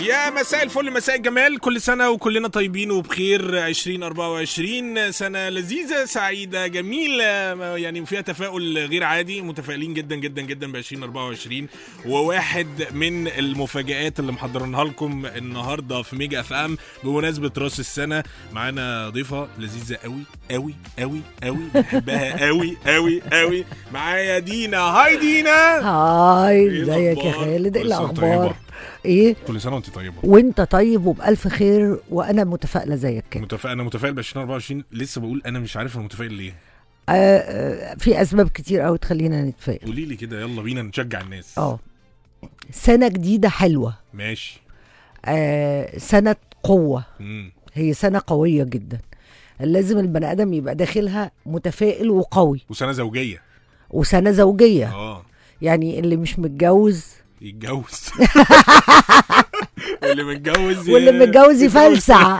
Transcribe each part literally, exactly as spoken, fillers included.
يا مساء الفل، مساء الجمال، كل سنة وكلنا طيبين وبخير. عشرين أربعة وعشرين سنة لذيذة سعيدة جميلة يعني، وفيها تفاؤل غير عادي. متفائلين جدا جدا جدا ب عشرين أربعة وعشرين. وواحد من المفاجآت اللي محضرينها لكم النهاردة في ميجا اف ام بمناسبة راس السنة، معانا ضيفة لذيذة قوي قوي قوي قوي، بنحبها قوي قوي قوي. معايا دينا. هاي دينا. هاي، ازيك يا خالد؟ ايه الاخبار؟ ايه، كل سنه وانت طيبه. وانت طيب وبالف خير، وانا متفائله زيك كده. متفائل، انا متفائل ب عشرين أربعة وعشرين. لسه بقول انا مش عارف انا متفائل ليه. آه آه في اسباب كتير قوي تخلينا نتفائل. قولي لي كده، يلا بينا نشجع الناس. اه سنه جديده حلوه. ماشي. آه سنه قوه. مم. هي سنه قويه جدا، لازم البني ادم يبقى داخلها متفائل وقوي. وسنه زوجيه. وسنه زوجيه. اه يعني اللي مش متجوز يتجوز واللي متجوز واللي متجوز يفلسع.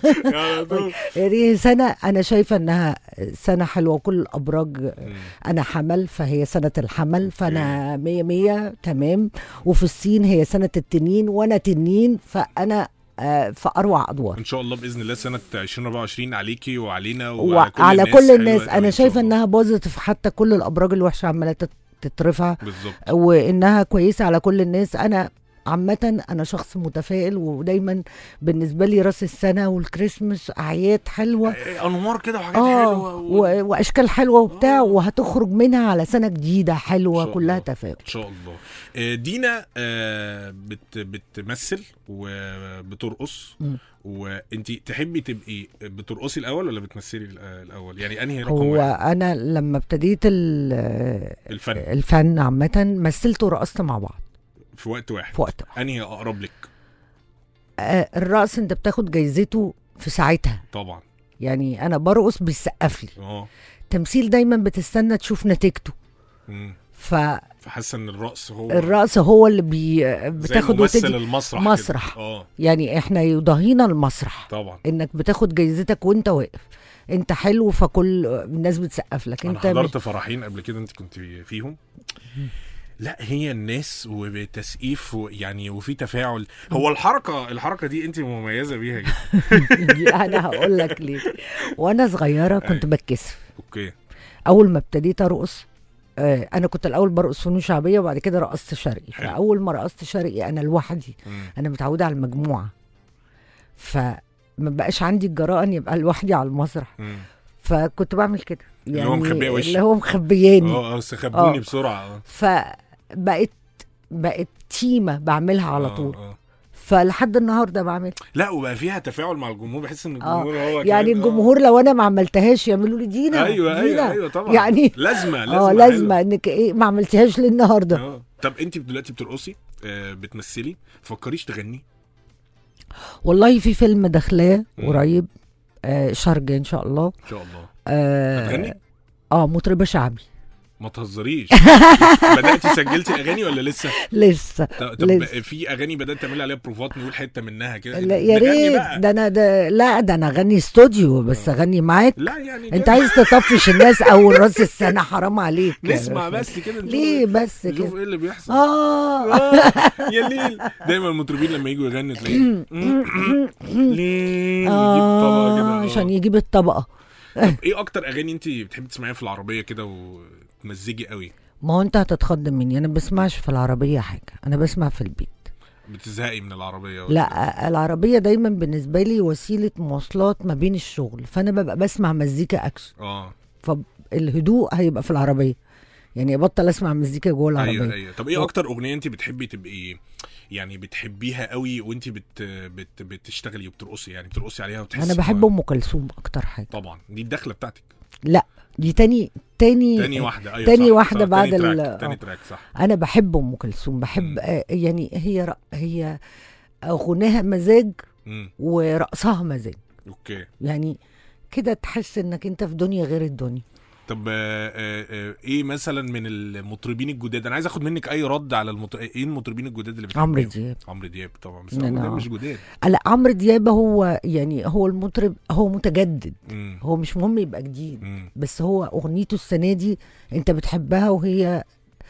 يعني سنة أنا شايفة أنها سنة حلوة، كل الأبراج. أنا حمل فهي سنة الحمل، فأنا مية مية تمام. وفي الصين هي سنة التنين وأنا تنين، فأنا في أروع أدوار إن شاء الله بإذن الله. سنة عشرين أربعة وعشرين عليكي وعلينا وعلى كل وعلى الناس, كل الناس. أنا شايفة أنها بوزيتيف، حتى كل الأبراج الوحشة عمالة تترفع بالظبط، وانها كويسه على كل الناس. انا عامه انا شخص متفائل، ودايما بالنسبه لي راس السنه والكريسماس اعياد حلوه، انوار كده وحاجات آه حلوه و... واشكال حلوه وبتاع، آه وهتخرج منها على سنه جديده حلوه كلها تفاؤل ان شاء الله. دينا بت بتمثل وبترقص، وانتي تحبي تبقي بترقصي الاول ولا بتمثلي الاول؟ يعني انهي رقم هو واحد؟ انا لما ابتديت الفن الفن عامه مثلت ورقصت مع بعض في وقت واحد. في وقت واحد. انهي اقرب لك؟ آه الرقص انت بتاخد جايزته في ساعتها طبعا. يعني انا برقص بيسقف لي. اه تمثيل دايما بتستنى تشوف نتيجته. امم ف فحاسه ان الرقص هو الرقص هو اللي بي بتاخد ممثل المسرح مسرح. اه يعني احنا يضاهينا المسرح طبعا، انك بتاخد جايزتك وانت واقف، انت حلو فكل الناس بتسقف لك. أنا انت حضرت مش... فرحين قبل كده انت كنت فيهم. لا هي الناس وبتسقيف يعني، وفي تفاعل. هو الحركه الحركه دي انت مميزه بيها جدا. انا هقول لك ليه. وانا صغيره كنت بتكسف. اوكي. اول ما ابتديت ارقص، آه انا كنت الاول برقص فنون شعبيه وبعد كده رقصت شرقي. فاول ما رقصت شرقي انا لوحدي، مم. انا متعوده على المجموعه، فما بقاش عندي الجراءه ان يبقى لوحدي على المسرح. مم. فكنت بعمل كده يعني اللي هو مخبيه وشي، اللي هو مخبياني. اه بس خبوني بسرعه. فبقت بقت تيمه بعملها على أوه. طول. أوه. فلحد النهارده بعمل. لا وبقى فيها تفاعل مع الجمهور، بحس ان الجمهور آه. هو يعني الجمهور لو انا ما عملتهاش يعملوا لي دينا. ايوه دينا. ايوه ايوه طبعا. يعني لازمه لازمه اه لازمه انك ايه ما عملتهاش للنهارده. اه طب انت دلوقتي بترقصي، آه بتمثلي، فكريش تغني؟ والله في فيلم داخلاه قريب، آه شرج ان شاء الله. ان شاء الله. آه هتغني؟ اه مطربه شعبي. ما تهزريش. بدأتي سجلتي اغاني ولا لسه؟ لسه. طب لسه. في اغاني بدأت تعملي عليها بروفات، نقول حته منها كده؟ لا يا ريت. ده انا ده لا ده انا اغني استوديو بس اغني معاك. لا يعني انت عايز تطفش الناس اول راس السنه، حرام عليك. نسمع بس كده. ليه بس كده؟ نشوف ايه اللي بيحصل. اه, آه. يا ليل. دايما المطربين لما يجوا يغنوا تلاقيه ليه آه يجيب طبقه كده عشان يجيب الطبقه. طب ايه اكتر اغاني انت بتحبي تسمعيها في العربيه كده وتمزجي قوي؟ ما هو انت هتتخض مني، انا بسمعش في العربيه حاجه، انا بسمع في البيت. بتزهقي من العربيه ولا؟ لا العربيه دايما بالنسبه لي وسيله مواصلات ما بين الشغل، فانا ببقى بسمع مزيكا اكشن. اه فالهدوء هيبقى في العربيه، يعني ابطل اسمع مزيكا جوه العربيه. ايوه ايوه. طب ايه اكتر اغنيه انت بتحبي تبقي يعني بتحبيها قوي وانت بت بت بتشتغلي وبترقصي، يعني بترقصي عليها وتحسي؟ انا بحب ام كلثوم اكتر حاجه. طبعا دي الدخله بتاعتك. لا دي تاني تاني تاني واحده. ايوه تاني صح واحده صح. بعد تاني ال تراك. تاني تراك صح. انا بحب ام كلثوم، بحب آه يعني هي هي غناها مزاج مم. ورقصها مزاج. اوكي. يعني كده تحس انك انت في دنيا غير الدنيا. طب آآ آآ ايه مثلا من المطربين الجداد؟ انا عايز اخد منك اي رد على المط... ايه المطربين الجداد اللي بتحبيهم؟ عمرو دياب. عمرو دياب طبعا، بس عمرو دياب مش جداد. لا عمرو دياب هو يعني هو المطرب، هو متجدد. مم. هو مش مهم يبقى جديد. مم. بس هو اغنيته السنه دي انت بتحبها، وهي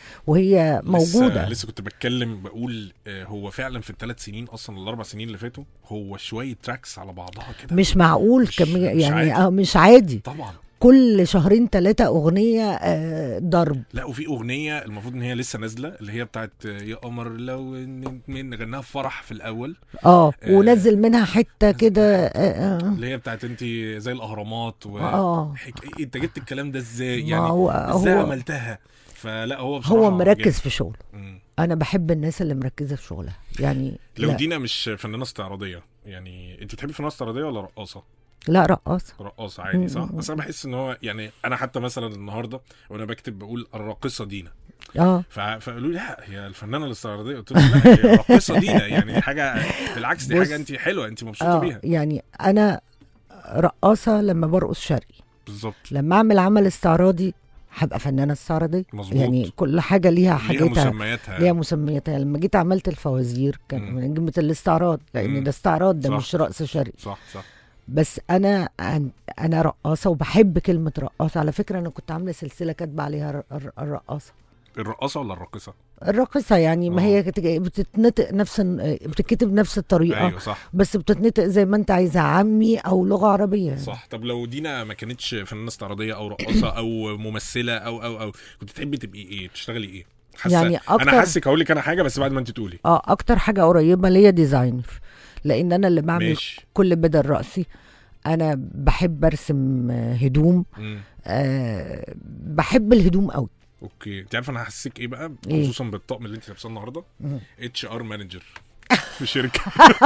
وهي موجوده. لسه, لسه كنت بتكلم بقول هو فعلا في الثلاث سنين اصلا الاربع سنين اللي فاتوا هو شويه تراكس على بعضها كده مش معقول مش كمية مش يعني عادي. اه مش عادي طبعا كل شهرين ثلاثة أغنية آه ضرب. لا وفي أغنية المفروض إن هي لسه نازلة اللي هي بتاعت يا قمر لو من غناها في فرح في الأول اه ونزل منها حتة كده آه اللي هي بتاعت انت زي الأهرامات و... اه حك... انت جبت الكلام ده ازاي يعني هو ازاي هو عملتها؟ فلا هو بصراحة هو مركز جد. في شغله. مم. أنا بحب الناس اللي مركزة في شغلها يعني. لو لا. دينا مش فنانة استعراضية يعني انت بتحبي فنانة استعراضية ولا رقاصة؟ لا رقاصة. رقاصة عادي صح؟ بس انا بحس ان هو يعني انا حتى مثلا النهارده وانا بكتب بقول الراقصة دينا اه فقالوا لي لا هي الفنانة الاستعراضية، قلت لهم لا هي الراقصة دينا يعني دي حاجة بالعكس دي حاجة انت حلوة انت مبسوطة آه بيها. يعني أنا رقاصة لما برقص شرقي، بالظبط. لما أعمل عمل استعراضي هبقى فنانة استعراضية. مظبوط. يعني كل حاجة ليها حاجتها ليها مسمياتها ليها مسمياتها. لما جيت عملت الفوازير كان مم. من جملة الاستعراض لأن مم. ده استعراض ده صح. مش رقص شرقي. صح صح. بس انا انا رقاصه وبحب كلمه رقاصه. على فكره انا كنت عامله سلسله كاتبه عليها الرقاصه. الرقاصه ولا الراقصه؟ الراقصه يعني ما أوه. هي بتتنطق نفس بتتكتب نفس الطريقه. ايوه صح. بس بتتنطق زي ما انت عايزها عامي او لغه عربيه. صح. طب لو دينا ما كانتش فنانه استعراضيه او رقاصه او ممثله او او او كنت تحبي تبقي ايه؟ تشتغلي ايه؟ يعني أكتر... انا حاسك هقول لك انا حاجه بس بعد ما انت تقولي. اه اكتر حاجه قريبه ليا ديزاينر، لان انا اللي بعمل ماشي. كل بدل رأسي. انا بحب ارسم هدوم. أه بحب الهدوم قوي. اوكي انت عارفه انا هحسك ايه بقى إيه؟ خصوصا بالطقم اللي انت لابساه النهارده اتش ار مانجر في شركه.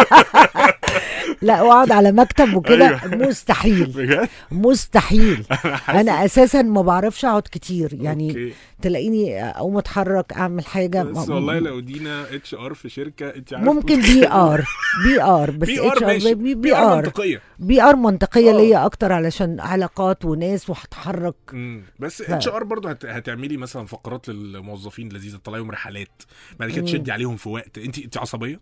لا واقعد على مكتب وكده. أيوة. مستحيل بجد مستحيل. انا, أنا اساسا ما بعرفش اقعد كتير يعني. أوكي. تلاقيني اقوم اتحرك اعمل حاجه. بس والله لو دينا اتش ار في شركه انت عارفه ممكن بي ار بي ار بس اتش ار بي, بي ار منطقيه بي ار منطقيه ليا اكتر علشان علاقات وناس وهتحرك. بس اتش ار برضه هت... هتعملي مثلا فقرات للموظفين لذيذه تطلعيهم رحلات بعد كده تشدي عليهم في وقت. انت انت عصبيه؟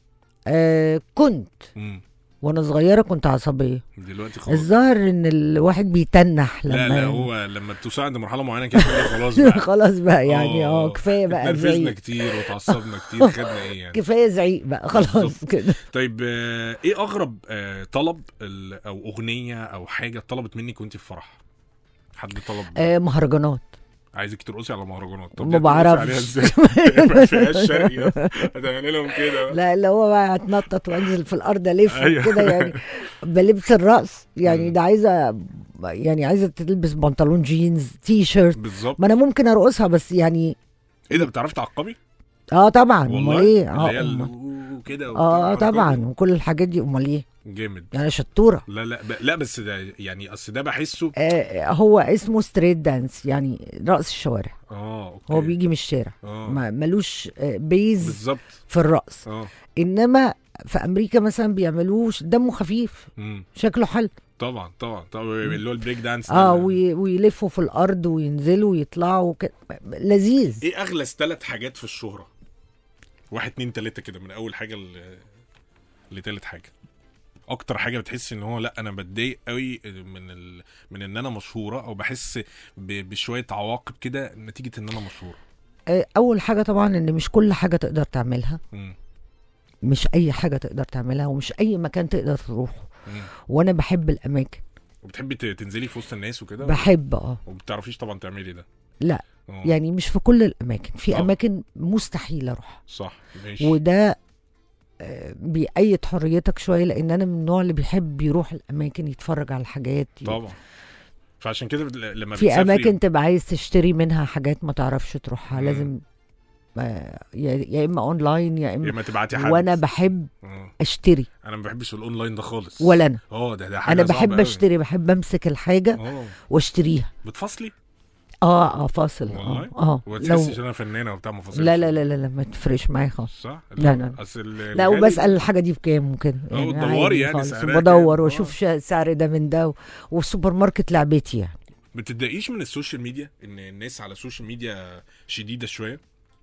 آه كنت مم. وانا صغيره كنت عصبيه. دلوقتي خلاص الظاهر ان الواحد بيتنح لما لا لا هو لما بتوصل عند مرحله معينه كده خلاص بقى خلاص بقى يعني اه كفايه بقى نرفزنا كتير وتعصبنا كتير خدنا ايه يعني كفايه زعيق بقى خلاص كده. طيب آه ايه اغرب آه طلب او اغنيه او حاجه طلبت منك وانت في فرح؟ حد طلب آه مهرجانات عايزك ترقصي على مهرجانات. طب ما بعرفش ما فيهاش شرقي هتعملي لهم كده؟ لا اللي هو بقى هتنطط وانزل في الارض الف كده يعني بلبس الرقص يعني. ده عايزه يعني عايزه تلبس بنطلون جينز تي شيرت بالظبط. ما انا ممكن ارقصها بس يعني. ايه ده بتعرفي تعقبي؟ اه طبعا. امال ايه؟ اه كده اه طبعا وكل الحاجات دي. امال ايه؟ جامد يعني شطوره. لا لا ب... لا بس ده يعني اصل ده بحسه آه هو اسمه ستريت دانس يعني رقص الشوارع. اه اوكي. هو بيجي من الشارع ما ملوش آه بيز بالظبط في الرقص. اه انما في امريكا مثلا بيعملوش دمه خفيف. مم. شكله حلو طبعا طبعا طبعا اللي هو البريك دانس اه وي... ويلفوا في الارض وينزلوا ويطلعوا ك... لذيذ. ايه اغلس ثلاث حاجات في الشهرة؟ واحد اتنين تلاتة كده من اول حاجة لتالت حاجة. اكتر حاجه بتحس ان هو لا انا بتضايق قوي من ال... من ان انا مشهوره او بحس ب... بشويه عواقب كده نتيجه ان انا مشهوره. اول حاجه طبعا ان مش كل حاجه تقدر تعملها. م. مش اي حاجه تقدر تعملها ومش اي مكان تقدر تروحه. م. وانا بحب الاماكن. وبتحبي تنزلي في وسط الناس وكده؟ بحب اه. وبتعرفيش طبعا تعملي ده؟ لا أوه. يعني مش في كل الاماكن. في أوه. اماكن مستحيل اروح. صح ماشي. وده بيأيد حريتك شويه لان انا من النوع اللي بيحب يروح الاماكن يتفرج على الحاجات طبعا. فعشان كده لما في اماكن تبقى عايز تشتري منها حاجات ما تعرفش تروحها. مم. لازم يا اما اونلاين يا اما, اما تبعتي حد. وانا بحب مم. اشتري. انا ما بحبش الاونلاين ده خالص. ولا انا اه ده ده حاجه انا بحب اشتري. بحب امسك الحاجه أوه. واشتريها. بتفصلي؟ اه اه فاصل والله اه وتحسي ان انا فنانه وبتاع مفاصل؟ لا لا لا لا, لا ما تفرقش معايا خالص. صح. لا لا لا, لا وبسال الحاجه دي بكام وكده يعني. تدوري يعني سعرها بدور واشوف السعر ده من ده والسوبر ماركت لعبتي يعني. بتتضايقيش من السوشيال ميديا ان الناس على السوشيال ميديا شديده شويه؟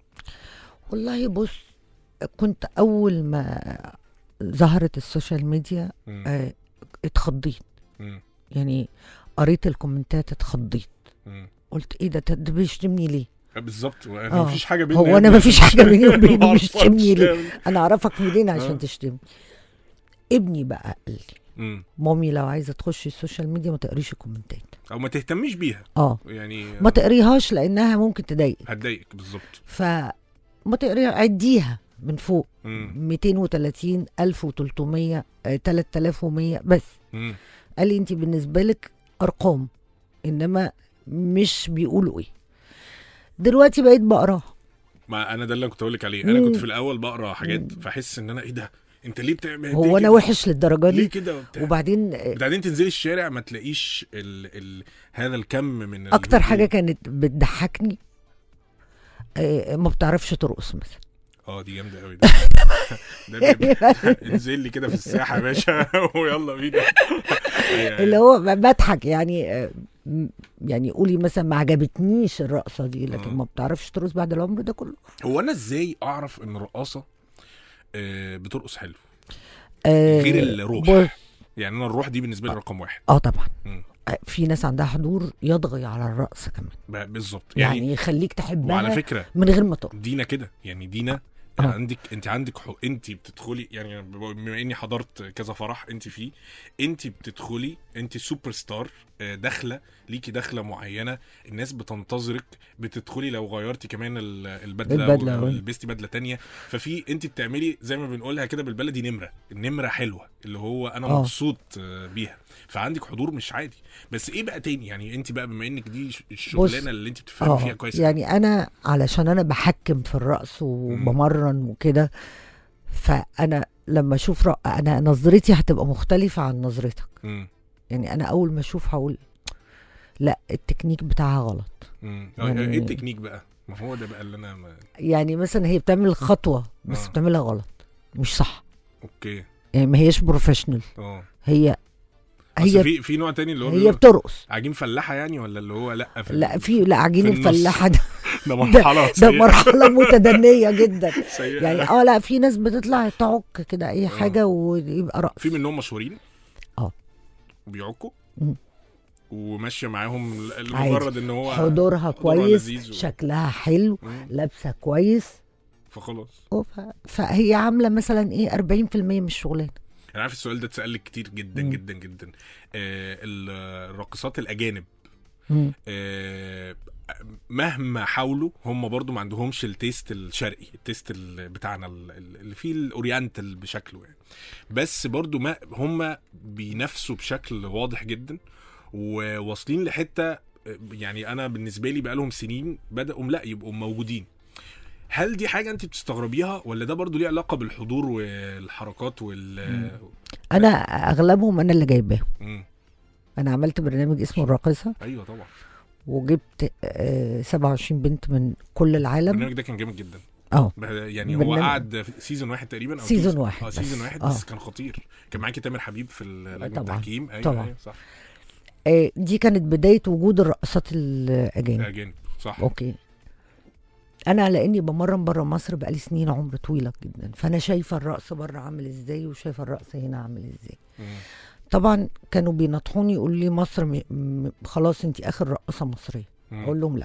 والله بص كنت اول ما ظهرت السوشيال ميديا آه اتخضيت. م. يعني قريت الكومنتات اتخضيت. م. قلت ايه ده ده بيشتمني ليه؟ بالظبط. آه. مفيش حاجه بيننا، هو انا مفيش حاجه بيني وبيني، ما مش تشتمني ليه؟ أعرفش. انا اعرفك منين عشان آه. تشتمني؟ ابني بقى قال لي مم. مامي لو عايزه تخشي السوشيال ميديا ما تقريش الكومنتات، او ما تهتميش بيها اه يعني، ما تقريهاش لانها ممكن تضايقك، هتضايقك بالظبط. فما تقريها، عديها من فوق مم. مئتين وثلاثين ألف وثلاثمية آه، ثلاثة آلاف ومية بس. مم. قال لي انت بالنسبه لك ارقام انما مش بيقولوا ايه. دلوقتي بقيت بقراها. ما انا ده اللي كنت اقول لك عليه. انا مم. كنت في الاول بقرا حاجات فاحس ان انا ايه ده، انت ليه بتعمل هو ليه انا كده؟ وحش للدرجه ليه دي؟ كده وبتاع. وبعدين آه، بعدين تنزلي الشارع ما تلاقيش ال ال هذا الكم من اكتر الفيديو. حاجه كانت بتضحكني آه، ما بتعرفش ترقص مثلا. اه دي جامده قوي ده. ده ده- انزل لي كده في الساحه يا باشا ويلا بينا. اللي هو بضحك يعني آه، م- يعني قولي مثلا ما عجبتنيش الرقصه دي، لكن آه. ما بتعرفش ترقص بعد العمر ده كله. هو انا ازاي اعرف ان الرقاصه آه، بترقص حلو آه، غير الروح؟ بص- يعني انا الروح دي بالنسبه لي رقم واحد. اه طبعا. مم. آه، في ناس عندها حضور يضغي على الرقص كمان، ب- بالظبط يعني, يعني, يعني يخليك وعلى تحبها فكره من غير ما ترقص. دينا كده يعني، دينا آه. عندك انت عندك حق... انت بتدخلي يعني، بما اني حضرت كذا فرح انت فيه، انت بتدخلي انت سوبر ستار، آه، داخله ليكي داخله معينه، الناس بتنتظرك، بتدخلي لو غيرتي كمان ال- البدله, البدلة، آه. ولبستي بدله تانية، ففي انت بتعملي زي ما بنقولها كده بالبلدي نمره، النمره حلوه اللي هو انا آه. مبسوط آه، بيها، فعندك حضور مش عادي. بس ايه بقى تاني يعني، انت بقى بما انك دي ش- الشغلانه اللي انت بتفهمي فيها كويس، يعني انا علشان انا بحكم في الرقص وبمرن وكده، فانا لما اشوف رق... انا نظرتي هتبقى مختلفه عن نظرتك. امم يعني انا اول ما اشوف هقول لا التكنيك بتاعها غلط. امم يعني- ايه التكنيك بقى؟ ما هو ده بقى اللي انا ما... يعني مثلا هي بتعمل خطوه بس آه. بتعملها غلط، مش صح، اوكي يعني ما هيش بروفيشنال. اه هي هي هي في في نوع تاني اللي هو هي بيقول بترقص. عجين فلاحه يعني، ولا اللي هو لا في لا في لا عجين في النص. الفلاحه ده ده مرحله ده سيئة. مرحله متدنيه جدا. سيئة. يعني اه لا في ناس بتطلع تعك كده اي آه. حاجه ويبقى رقص. في منهم مشهورين اه وبيعكوا مم. وماشيه معاهم ل- عادي. لمجرد ان هو حضورها كويس، لذيذ و- شكلها حلو، مم. لابسه كويس، فخلاص. ف- فهي عامله مثلا ايه أربعين في المية من الشغلانه. انا عارف السؤال ده اتسال لك كتير جدا مم. جدا جدا. آه ال- الراقصات الاجانب مم. آه مهما حاولوا هم برضو ما عندهمش التيست الشرقي، التيست ال- بتاعنا ال- ال- اللي فيه الاورينتال بشكله يعني، بس برضو ما هم بينافسوا بشكل واضح جدا وواصلين لحته. يعني انا بالنسبه لي بقالهم سنين بداوا لا يبقوا موجودين. هل دي حاجه انت بتستغربيها ولا ده برضو ليه علاقه بالحضور والحركات وال انا اغلبهم انا اللي جايباهم. مم. انا عملت برنامج اسمه الراقصه ايوه طبعا. وجبت آه سبعة وعشرين بنت من كل العالم. البرنامج ده كان جامد جدا. اه يعني هو برنامج- قعد في سيزون واحد تقريبا او سيزون تو- واحد اه بس. سيزون واحد آه. بس كان خطير. كان معاكي تامر حبيب في ال- لجنه طبعاً. التحكيم. ايوه طبعاً. ايوه صح. آه دي كانت بدايه وجود الرقصات الاجانب. اجانب صح. اوكي. انا لاني بمرن بره مصر بقالي سنين عمر طويله جدا، فانا شايفه الرقص بره عامل ازاي وشايفه الرقص هنا عامل ازاي. مم. طبعا كانوا بينطحوني يقولوا لي مصر م... م... خلاص انت اخر رقصه مصريه. مم. اقول لهم لا.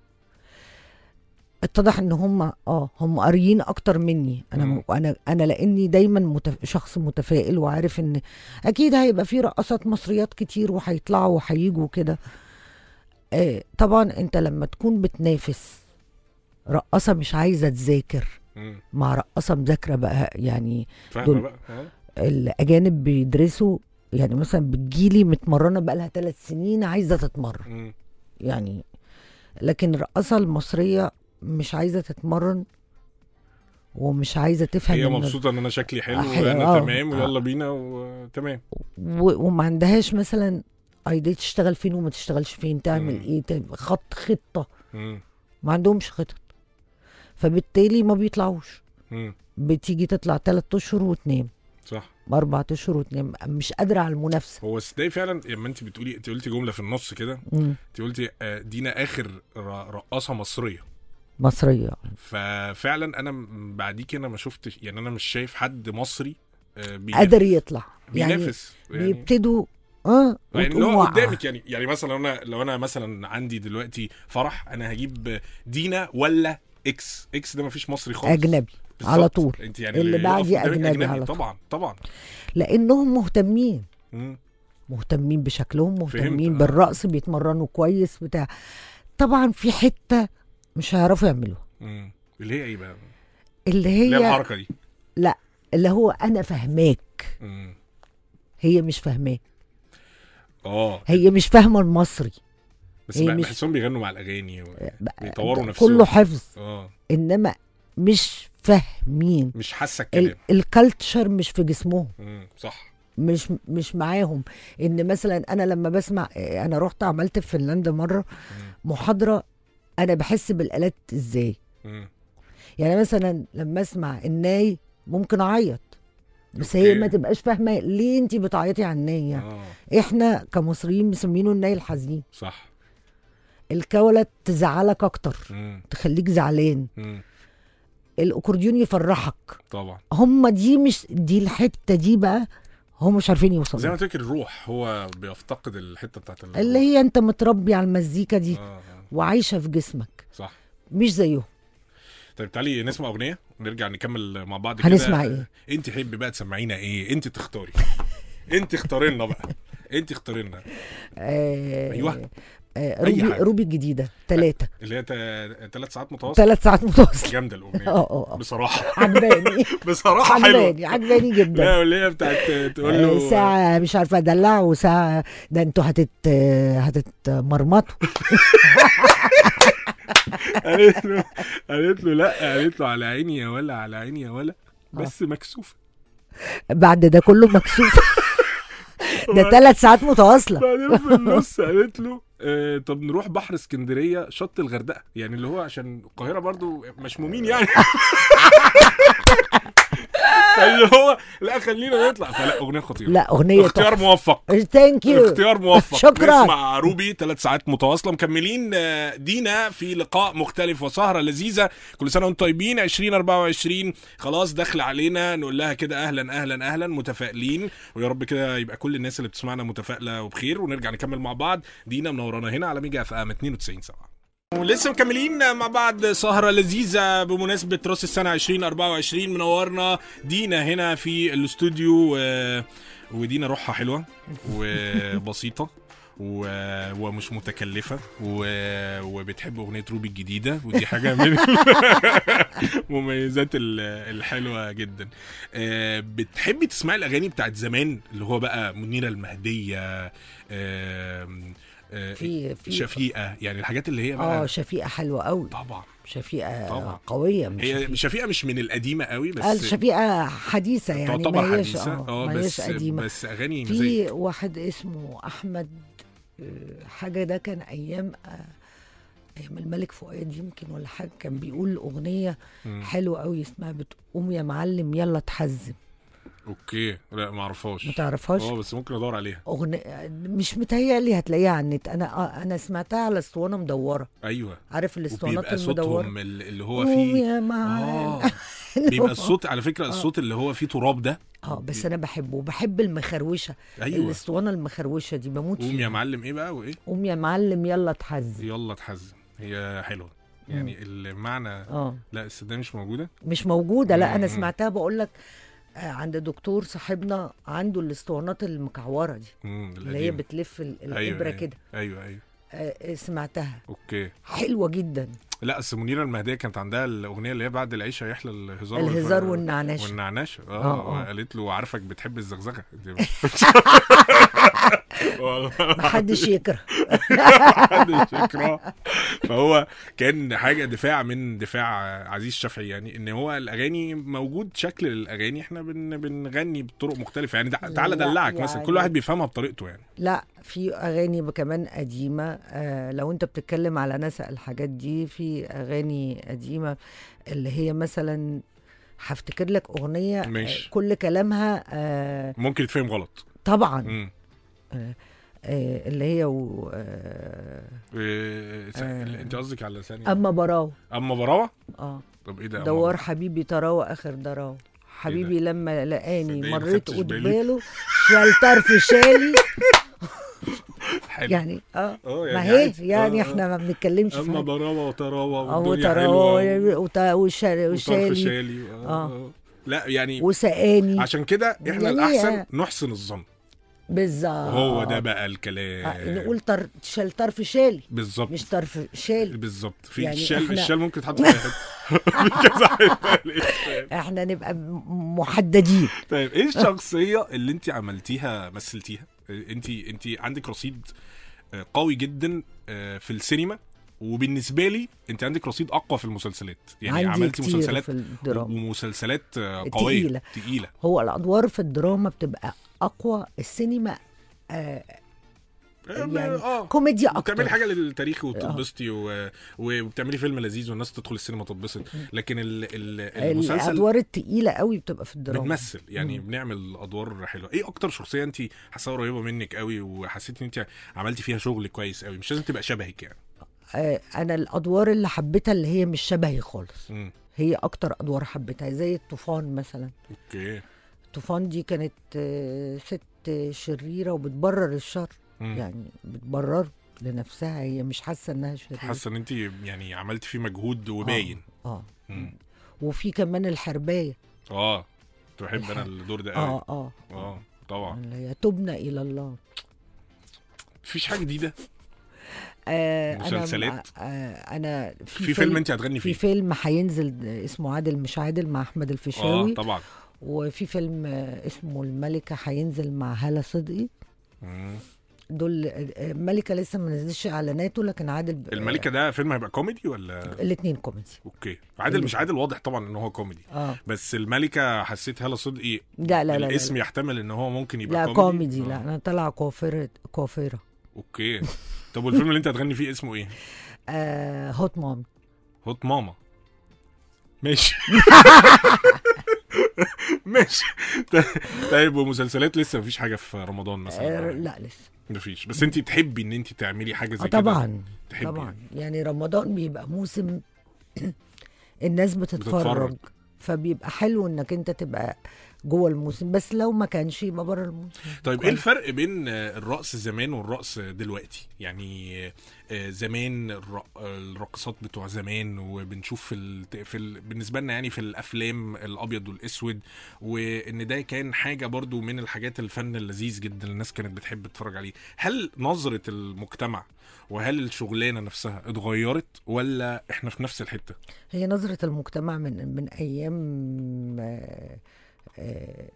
اتضح ان هم اه هم قاريين اكتر مني. انا مم. م... انا انا لاني دايما متف... شخص متفائل وعارف ان اكيد هيبقى في رقصات مصريات كتير وهيطلعوا وهيجوا كده. آه طبعا انت لما تكون بتنافس رقصه مش عايزه تذاكر مم. مع رقصه مذاكره بقى، يعني فاهمه دول- بقى. ها؟ الاجانب بيدرسوا، يعني مثلا بتجيلي متمرنه بقى لها ثلاث سنين عايزه تتمرن مم. يعني، لكن الرقصه المصريه مش عايزه تتمرن ومش عايزه تفهم هي إن- مبسوطه ان انا شكلي حلو حلو، وانا آه. تمام آه. ويلا بينا وتمام. و- وما عندهاش مثلا ايديا تشتغل فين وما تشتغلش فين، تعمل مم. ايه، تعمل خط خطه. مم. ما عندهمش خطط، فبالتالي ما بيطلعوش. مم. بتيجي تطلع ثلاث اشهر وتنام، صح. اربع اشهر وتنام، مش قادره على المنافسه. هو ده فعلا لما انت بتقولي، انت قلتي جمله في النص كده، مم. انت قلتي آه، دينا اخر ر- رقاصه مصريه. مصريه. ففعلا انا م- بعديك انا ما شفتش، يعني انا مش شايف حد مصري آه، بينافس. قادر يطلع يعني. بينافس يعني. بيبتدوا اه يعني اللي هو قدامك. يعني يعني مثلا انا لو انا مثلا عندي دلوقتي فرح، انا هجيب دينا ولا اكس؟ اكس ده مفيش مصري خالص، اجنبي على طول. انت يعني اللي بعدي أجنبي, اجنبي أجنبي طبعا طبعا، لانهم مهتمين مم. مهتمين بشكلهم، مهتمين فهمت. بالرقص، بيتمرنوا كويس بتاع. طبعا في حته مش هيعرفوا يعملوها، مم. اللي هي ايه بقى؟ اللي هي اللي هي الحركه دي. لا، اللي هو انا فهماك، مم. هي مش فاهماه. اه هي مش فاهمه المصري، بس هي مش بحسهم بيغنوا مع الاغاني بقى- وبيطوروا نفسهم، كله حفظ، اه انما مش فاهمين، مش حاسه الكلام. الكالتشر مش في جسمهم، مم. صح. مش مش معاهم. ان مثلا انا لما بسمع، انا رحت عملت في فنلندا مره مم. محاضره، انا بحس بالالات ازاي. مم. يعني مثلا لما اسمع الناي ممكن اعيط، بس أوكي. هي ما تبقاش فاهمه ليه انت بتعيطي على الناي. آه. احنا كمصريين مسمينه الناي الحزين. صح. الكولة تزعلك اكتر، مم. تخليك زعلان. مم. الاكورديون يفرحك. طبعا. هم دي مش دي الحته دي بقى، هم مش عارفين يوصلوا. زي ما تفكر الروح، هو بيفتقد الحته بتاعت الروح. اللي هي انت متربي على المزيكا دي آه. آه. وعايشه في جسمك، صح. مش زيهم. طيب تعالي نسمع اغنيه ونرجع نكمل مع بعض كده. هنسمع ايه؟ انت حبي بقى تسمعينا ايه؟ انت تختاري. انت اختاري لنا بقى، انت اختاري لنا. آه ايوه. آه روبي روبي الجديده ثلاثة، اللي هي ثلاث ساعات متواصل. ثلاث ساعات متواصل. جامده الاغنيه اه اه بصراحه. عجباني. بصراحه حلوه، عجباني عجباني جدا. لا اللي هي بتاعت تقول له ساعه مش عارفه ادلع، وساعه ده انتوا هتت هتتمرمطوا. قالت له قالت له لا، قالت له على عيني يا ولا، على عيني يا ولا، بس مكسوفه. بعد ده كله مكسوفه. ده ثلاث ساعات متواصله. بعدين في النص قالت له آه طب نروح بحر اسكندريه، شط الغردقه، يعني اللي هو عشان القاهره برضو مشمومين يعني. اللي هو لا خلينا نطلع. فلا اغنيه خطيره، لا اغنيه اختيار تحفة. موفق. ثانك يو، اختيار موفق. شكرا. نسمع روبي ثلاث ساعات متواصله. مكملين دينا في لقاء مختلف وسهره لذيذه. كل سنه وانتم طيبين. عشرين أربعة وعشرين خلاص داخل علينا، نقول لها كده اهلا اهلا اهلا، متفائلين، ويا رب كده يبقى كل الناس اللي بتسمعنا متفائله وبخير، ونرجع نكمل مع بعض. دينا منورانا هنا على ميجا اف ام اتنين وتسعين سبعة. ولسه مكملين مع بعض سهرة لذيذة بمناسبة راس السنة عشرين أربعة وعشرين. منورنا دينا هنا في الاستوديو، ودينا روحها حلوة وبسيطة ومش متكلفة وبتحب أغنية روبي الجديدة، ودي حاجة من مميزات الحلوة جدا. بتحبي تسمعي الأغاني بتاعت زمان اللي هو بقى منيرة المهدية، في في شفيقة، يعني الحاجات اللي هي بقى اه شفيقة حلوة قوي طبعا. شفيقة طبعا قوية. مش هي شفيقة. شفيقة مش من القديمة قوي، بس قال شفيقة حديثة يعني، تعتبر ما هيش حديثة اه ما بس قديمة. بس اغاني في مزيك. واحد اسمه احمد حاجة، ده كان ايام ايام الملك فؤاد يمكن ولا حاجة، كان بيقول اغنية م. حلوة قوي اسمها بتقوم يا معلم يلا تحزم. اوكي لا ما اعرفهاش. ما تعرفهاش؟ اه بس ممكن ادور عليها. اغنيه مش متهيألي هتلاقيها على النت. انا آه انا سمعتها على اسطوانه مدوره. ايوه عارف الاسطوانات المدوره، صوتهم اللي هو فيه اه بيبقى الصوت على فكره الصوت اللي هو فيه تراب ده اه بس انا بحبه، بحب المخروشه. أيوة. الاسطوانه المخروشه دي بموت فيها. قوم يا معلم ايه بقى وايه؟ قوم يا معلم يلا تحزم. يلا تحزم هي حلوه يعني. مم. المعنى اه لا الصدق مش موجوده مش موجوده. لا انا سمعتها بقول لك عند دكتور صاحبنا عنده الاسطوانات المكعوره دي اللي هي بتلف الابره أيوة كده. ايوه ايوه آه سمعتها. اوكي حلوه جدا. لا اصل منيره المهديه كانت عندها الاغنيه اللي هي بعد العيشه يحلى الهزار الهزار والنعناش والنعناش اه قالت له عارفك بتحب الزغزغه. محدش يكره. محدش يكره. فهو كان حاجه دفاع من دفاع عزيز شافعي، يعني ان هو الاغاني موجود شكل الاغاني احنا بن بنغني بطرق مختلفه يعني. تعالى دلعك يعني مثلا كل واحد بيفهمها بطريقته يعني. لا في اغاني كمان قديمه. آه لو انت بتتكلم على نسق الحاجات دي، في اغاني قديمه اللي هي مثلا هفتكر لك اغنيه ماشي. آه كل كلامها آه ممكن يتفهم غلط طبعا. آه آه اللي هي و... آه إيه آه انت قصدك على ثانيه اما براوه. اما براوه اه طب ايه ده؟ دوار حبيبي تراوه اخر دراوه حبيبي لما لقاني مريت قدامه شال طرف شالي حلو يعني اه اه ما يعني هي عادي. يعني آه، احنا ما بنتكلمش آه. في اما حاجة. ضراوه وطراوه اه والدنيا وتراوي حلوه وط- والشال- وطرف والشالي شالي. اه آه. لا يعني وسقاني عشان كده احنا يعني الاحسن آه. نحسن الظن، بالظبط. وهو ده بقى آه الكلام. نقول طر... شال طرف شالي بالظبط مش طرف شالي. بالظبط. في يعني الشال إحنا- الشال ممكن تحط في اي حته في كذا حته للشال. احنا نبقى م- محددين. طيب ايه الشخصيه اللي انت عملتيها مثلتيها؟ انت انت عندك رصيد آه، قوي جدا آه، في السينما، وبالنسبه لي انت عندك رصيد اقوى في المسلسلات، يعني عندي عملتي كتير مسلسلات في الدراما. ومسلسلات آه، قويه تقيلة. تقيله. هو الادوار في الدراما بتبقى اقوى، السينما آه يعني اه كوميديا اكتر. بتعملي حاجه للتاريخ وتتبسطي و... وبتعملي فيلم لذيذ والناس تدخل السينما تتبسط، لكن ال... ال... المسلسل الادوار التقيله قوي بتبقى في الدراما. بنمثل يعني مم. بنعمل ادوار حلوه. ايه اكتر شخصيه انت حاسه قريبه منك قوي وحسيتي ان انت عملتي فيها شغل كويس قوي، مش لازم تبقى شبهك يعني؟ آه انا الادوار اللي حبيتها اللي هي مش شبهي خالص، مم. هي اكتر ادوار حبيتها زي الطوفان مثلا. اوكي. الطوفان دي كانت آه ست شريره وبتبرر الشر، مم. يعني بتبرر لنفسها، هي مش حاسه انها شريره. حاسه ان انت يعني عملتي فيه مجهود وباين. اه, آه. مم. وفي كمان الحربايه. اه كنت بحب الح- انا الدور ده قوي. اه اه اه طبعا. اللي هي تبنا الى الله. مفيش حاجه جديده. آه مسلسلات؟ انا آه انا في, في فيلم انت هتغني في فيه؟ فيلم هينزل اسمه عادل مش عادل مع احمد الفيشاوي. اه طبعا. وفي فيلم آه، اسمه الملكه هينزل مع هالة صدقي. مم. دول آه، الملكه لسه ما نزلش اعلاناته، لكن عادل الملكه ده فيلم هيبقى كوميدي ولا؟ الاثنين كوميدي. اوكي. عادل مش عادل واضح طبعا ان هو كوميدي. اه بس الملكه حسيت هالة صدقي لا لا لا الاسم لا, يحتمل ان هو ممكن يبقى لا كوميدي. كوميدي. آه. لا انا طالعه كوافيره كوافيره. اوكي. طب والفيلم اللي انت هتغني فيه اسمه ايه؟ آه هوت مام. هوت ماما. ماشي. ماشي. طيب ومسلسلات لسه مفيش حاجه في رمضان مثلا؟ آه لا لسه مفيش. بس انت تحبي ان انت تعملي حاجه زي آه كده؟ طبعا تحبي طبعا. يعني رمضان بيبقى موسم الناس بتتفرج, بتتفرج. فبيبقى حلو انك انت تبقى جوه الموسم، بس لو ما كانش يبقى بره الموسم. طيب ايه الفرق بين الرقص زمان والرقص دلوقتي؟ يعني آه، زمان الر- الراقصات بتوع زمان وبنشوف في, ال... في ال... بالنسبه لنا يعني في الافلام الابيض والاسود، وان ده كان حاجه برضو من الحاجات الفن اللذيذ جدا الناس كانت بتحب تتفرج عليه. هل نظره المجتمع وهل الشغلانه نفسها اتغيرت ولا احنا في نفس الحته؟ هي نظرة المجتمع من من ايام آه، آه،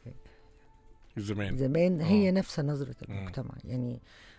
زمان زمان آه. هي نفس نظرة مم. المجتمع، يعني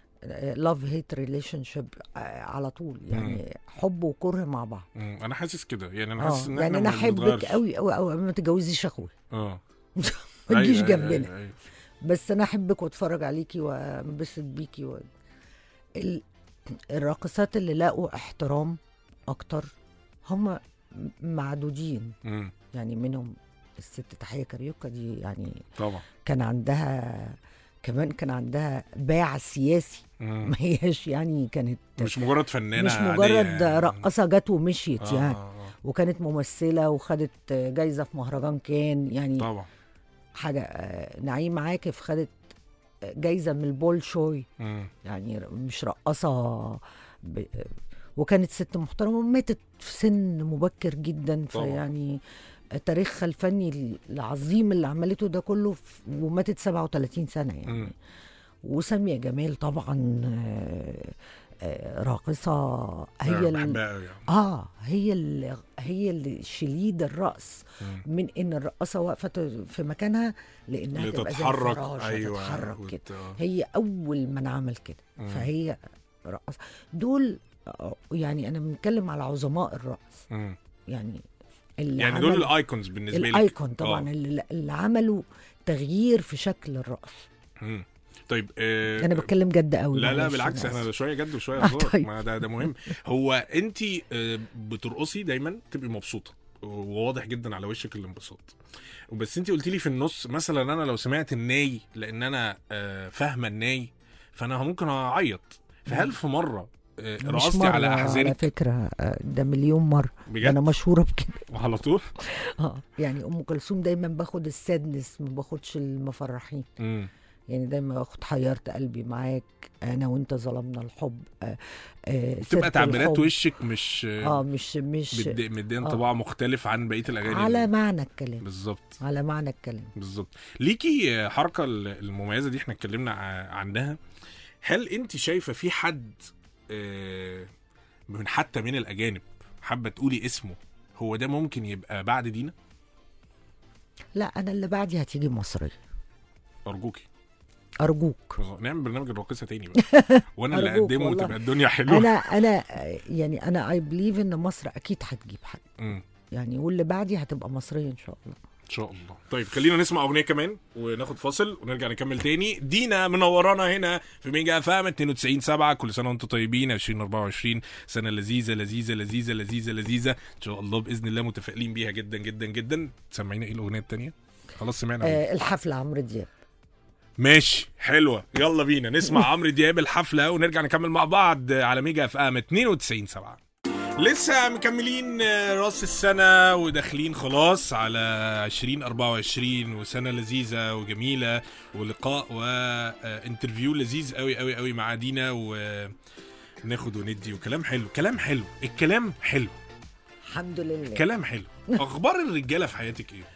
لاف هيت ريليشن شيب على طول، يعني حب وكره مع بعض. مم. انا حاسس كده، يعني انا اه حاسس ان يعني احنا انا ما احبك بنتغيرش. قوي قوي قوي ما تتجوزيش اخوي اه ما تجيش أيوة، جنبنا. أيوة، أيوة. بس انا احبك واتفرج عليكي وانبسط بيكي و... ال... الراقصات اللي لاقوا احترام اكتر هم معدودين، مم. يعني منهم الست تحية كاريوكا دي، يعني طبعا. كان عندها كمان كان عندها باع سياسي، مم. ما هياش يعني كانت مش مجرد فنانه مش عادية مجرد يعني. رقصة جت ومشيت آه يعني، آه. وكانت ممثلة وخدت جايزة في مهرجان كان، يعني طبعا. حاجة. آه، نعيم عاكف خدت جايزة من البول شوي، مم. يعني مش رقصة ب... وكانت ست محترمة وماتت في سن مبكر جدا. طبعا. فيعني تاريخها الفني العظيم اللي عملته ده كله ف... وماتت سبعة وثلاثين سنة يعني. مم. وسامية جمال طبعا آه، آه، راقصة هي آه، ال... بحبها قوي يعني. اه هي اللي هي اللي شليد الرأس مم. من ان الرقاصة واقفة في مكانها لانها تبقى زي تتحرك. الفراشة، ايوه تتحرك وت- كده. آه. هي اول من عمل كده، مم. فهي رقاصة. دول آه، يعني انا بنتكلم على عظماء الرقص، مم. يعني اللي يعني عمل دول الايكونز بالنسبه لي. الايكون طبعا، اللي, اللي عملوا تغيير في شكل الرقص. مم. طيب آه انا بتكلم جد قوي. لا لا معلش بالعكس، أنا احنا آسفة. شويه جد وشويه آه، هزار. طيب. ما ده ده مهم. هو انت آه بترقصي دايما تبقي مبسوطه وواضح جدا على وشك الانبساط، وبس انت قلتي لي في النص مثلا انا لو سمعت الناي لان انا آه فاهمه الناي فانا ممكن اعيط. فهل في مره آه مش رقصتي مرة على على احزانك؟ فكرة آه، ده مليون مرة. بجد؟ انا مشهورة بكده. على طول. اه يعني ام كلثوم دايما باخد السادنس ما باخدش المفرحين. امم يعني دايما باخد حيرت قلبي معاك، انا وانت ظلمنا الحب، آه آه تبقى تعبيرات وشك مش اه مش مش مدي انطباع آه مختلف عن بقيه الاغاني على معنى الكلام. بالظبط، على معنى الكلام بالظبط. ليكي حركه المميزه دي احنا اتكلمنا عنها. هل انت شايفه في حد آه من حتى من الاجانب حابه تقولي اسمه هو ده ممكن يبقى بعد دينا؟ لا انا اللي بعدي هتيجي مصريه. ارجوكي ارجوك نعمل برنامج الراقصه تاني بقى وانا اللي اقدمه وتبقى الدنيا حلوه. انا انا يعني انا اي بليف ان مصر اكيد هتجيب حد م. يعني واللي بعدي هتبقى مصريه ان شاء الله ان شاء الله. طيب خلينا نسمع اغنيه كمان وناخد فاصل ونرجع نكمل تاني. دينا منورانا هنا في ميجا اف ام اتنين وتسعين سبعة. كل سنه وانتم طيبين. عشرين اربعة وعشرين سنه لذيذه لذيذه لذيذه لذيذه لذيذه ان شاء الله باذن الله، متفائلين بيها جدا جدا جدا. سمعينا ايه الاغنيه الثانيه؟ خلاص سمعنا آه الحفله عمرو دياب. ماشي حلوه، يلا بينا نسمع عمرو دياب الحفله ونرجع نكمل مع بعض على ميجا اف ام اتنين وتسعين سبعة. لسه مكملين راس السنة وداخلين خلاص على عشرين اربعة وعشرين وسنة لذيذة وجميلة ولقاء وانترفيو لذيذ قوي قوي قوي مع دينا وناخد وندي وكلام حلو. كلام حلو، الكلام حلو الحمد لله، كلام حلو. اخبار الرجالة في حياتك ايه؟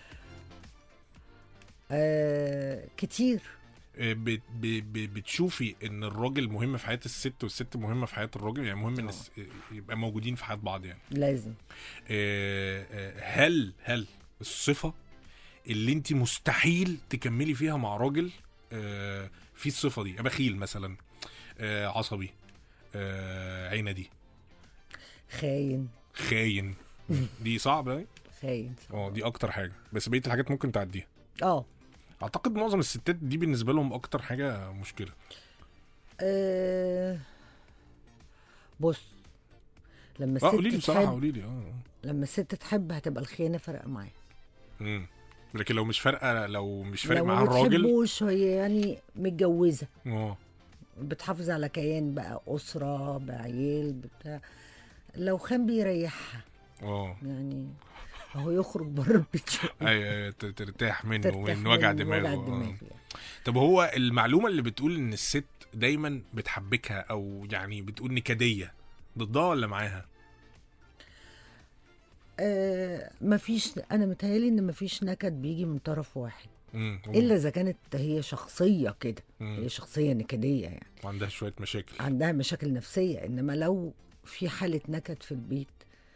آه كتير. ب ب ب بتشوفي ان الراجل مهم في حياه الست والست مهمه في حياه الراجل؟ يعني مهم ان يبقى موجودين في حياه بعض يعني لازم. هل هل الصفه اللي انت مستحيل تكملي فيها مع راجل في الصفه دي؟ بخيل مثلا، عصبي، عندي، خاين خاين دي صعبه. خاين اه دي اكتر حاجه، بس بقيه الحاجات ممكن تعديها. اه اعتقد معظم الستات دي بالنسبه لهم اكتر حاجه مشكله. أه بص لما الست اه قولي لي بصراحه، قولي لي اه لما الست تحب هتبقى الخيانه فارقه معاها. امم لكن لو مش فارقه، لو مش فارق معاها الراجل، لو ما بتحبوش هي يعني متجوزه اه بتحافظ على كيان بقى، اسره بعيال بتاع، لو خان بيريحها اه يعني هو يخرج بره البيت ايوه ترتاح منه ومن وجع دماغه. طب هو المعلومه اللي بتقول ان الست دايما بتحبكها او يعني بتقول نكديه، ضدها ولا معاها؟ آه مفيش، انا متهيالي ان مفيش نكد بيجي من طرف واحد مم. الا اذا كانت هي شخصيه كده، هي شخصيه نكديه يعني وعندها شويه مشاكل، عندها مشاكل نفسيه. انما لو في حاله نكد في البيت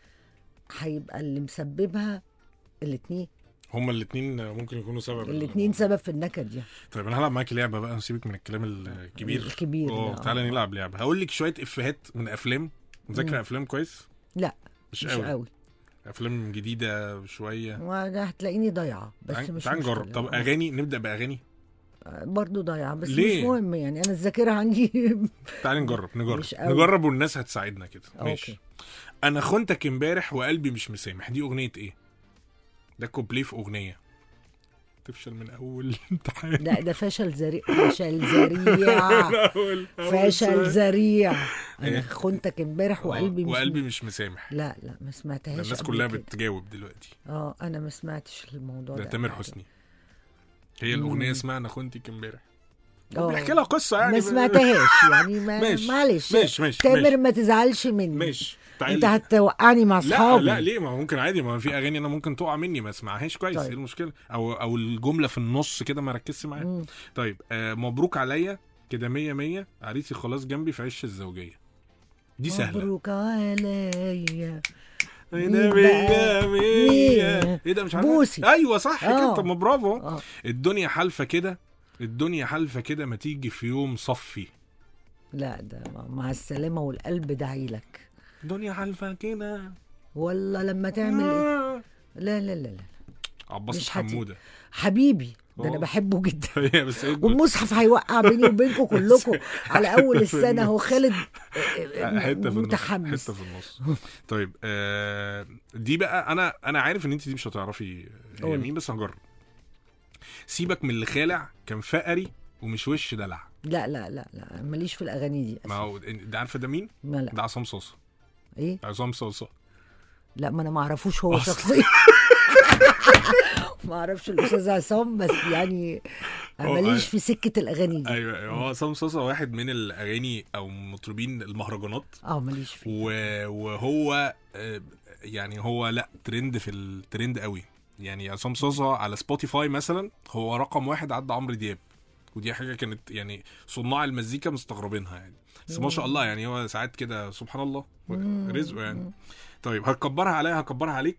هيبقى اللي مسببها الاثنين، هما الاثنين ممكن يكونوا سبب، الاثنين سبب في النكد يعني. طيب انا هلعب معاكي لعبه بقى، نسيبك من الكلام الكبير الكبير اه تعالى نلعب لعبه. هقول لك شويه افيهات من افلام. مذاكره افلام كويس؟ لا مش, مش قوي. قوي افلام جديده شويه وده هتلاقيني ضايعه بس تعال مش تعال نجرب. طب اغاني، نبدا باغاني برضو ضايعه بس ليه؟ مش مهم يعني، انا الذاكره عندي تعالي نجرب نجرب نجرب والناس هتساعدنا كده. ماشي. انا خنتك امبارح وقلبي مش مسامح، دي اغنيه ايه؟ ده كوبليه في اغنيه تفشل من اول امتحان. لا ده فشل ذريع، فشل ذريع فشل ذريع. انا خنتك امبارح وقلبي مش وقلبي مش مسامح. لا لا ما سمعتهاش. الناس كلها بتجاوب دلوقتي. اه انا ما سمعتش الموضوع ده. ده تامر حسني. هي الاغنيه اسمها انا خنتك امبارح، بيحكي لها قصه يعني ما سمعتهاش يعني ما معلش ماشي ماشي تامر ما تزعلش مني. ماشي انت هتوقعني مع اصحابي. لا لا ليه؟ ما ممكن عادي، ما في اغاني انا ممكن تقع مني ما اسمعهاش كويس. ايه طيب. المشكله؟ او او الجمله في النص كده ما ركزش معاها. طيب آه مبروك عليا كده مية مية، عريسي خلاص جنبي في عش الزوجيه، دي سهله. مبروك عليا كده مية مية. ايه ده مش عارف؟ بوسي. ايوه صح كده. طب ما برافو. آه. الدنيا حالفه كده، الدنيا حالفه كده، ما تيجي في يوم صفي. لا ده مع السلامه والقلب دعيلك. دنيا حالفه كده والله لما تعمل آه. ايه. لا لا لا لا عباس حموده حبيبي ده انا بحبه جدا. بس والمصحف هيوقع بيني وبينكم كلكم على اول السنه. هو خالد حته في متحمس حته في النص. طيب آه دي بقى انا انا عارف ان انت دي مش هتعرفي هي مين، بس هنجرب. سيبك من اللي خالع كان فقري ومش وش دلع. لا لا لا لا ماليش في الاغاني دي. ما هو ده عارفه ده مين؟ ده عصام صوصه. ايه عصام صوصه؟ لا ما انا ما اعرفوش هو شخصيا. ما اعرفش الاستاذ عصام، بس يعني ماليش في سكه الاغاني دي. ايوه هو عصام صاصا واحد من الاغاني او مطربين المهرجانات، اه ماليش فيه. وهو يعني هو لا ترند في الترند قوي يعني. عصام صاصا على سبوتيفاي مثلا هو رقم واحد عدى عمرو دياب، ودي حاجه كانت يعني صناع المزيكا مستغربينها يعني، بس ما شاء الله يعني هو ساعات كده سبحان الله رزقه يعني. طيب هتكبرها عليا هكبرها عليك؟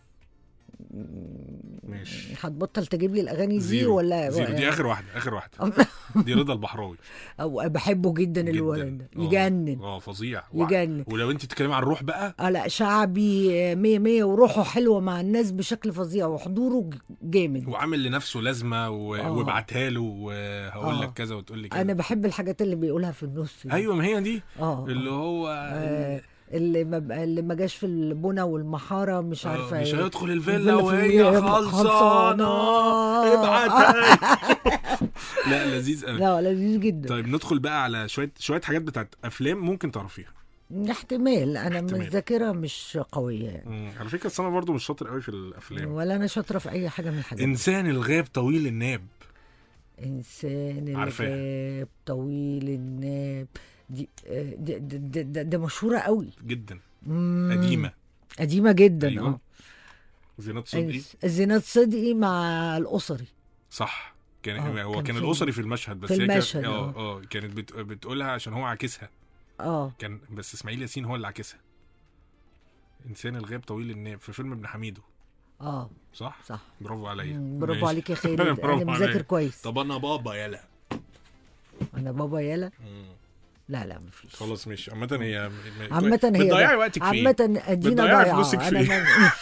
ماشي. هتبطل تجيب لي الاغاني زيرو ولا زيرو؟ دي اخر واحده اخر واحده دي رضا البحراوي. او بحبه جدا, جداً. الولد ده يجنن، اه فظيع يجنن. ولو انت بتتكلمي عن الروح بقى، اه لا شعبي مية مية، وروحه حلوه مع الناس بشكل فظيع، وحضوره جامد، وعامل لنفسه لازمه و... آه. وابعتها له وهقول آه. لك كذا وتقول لي كذا. انا بحب الحاجات اللي بيقولها في النص دي. ايوه ما هي دي آه. اللي هو آه. اللي ما اللي ما جاش في البنا والمحاره مش عارفه مش هيدخل الفيلا وهي خلصانه ابعتها. لا لذيذ قوي. لا لذيذ جدا. طيب ندخل بقى على شويه شويه حاجات بتاعت افلام ممكن تعرفيها. احتمال انا من الذاكره مش قويه يعني. على فكره انا برضو مش شاطر قوي في الافلام، ولا انا شاطره في اي حاجه من الحاجات. انسان الغاب طويل الناب. انسان الغاب طويل الناب دي دي, دي, دي, دي, دي مشهوره قوي جدا. مم. قديمه قديمه جدا. أيوة. اه زينات صدقي. زينات صدقي مع الاسري صح. كان آه. هو كان, كان الاسري في المشهد، بس في هي المشهد كانت اه اه كانت بت... بتقولها عشان هو عاكسها. اه كان بس اسماعيل ياسين هو اللي عاكسها. انسان الغاب طويل الناب في فيلم ابن حميدو. اه صح صح. برافو عليا. برافو عليك يا خالد. انا مذاكر كويس. طب انا بابا يلا. انا بابا يلا. لا لا مفيش. خلاص ماشي. عامة هي عامة هي بتضيعي وقتك فيه. عامة ادينا ضايعة انا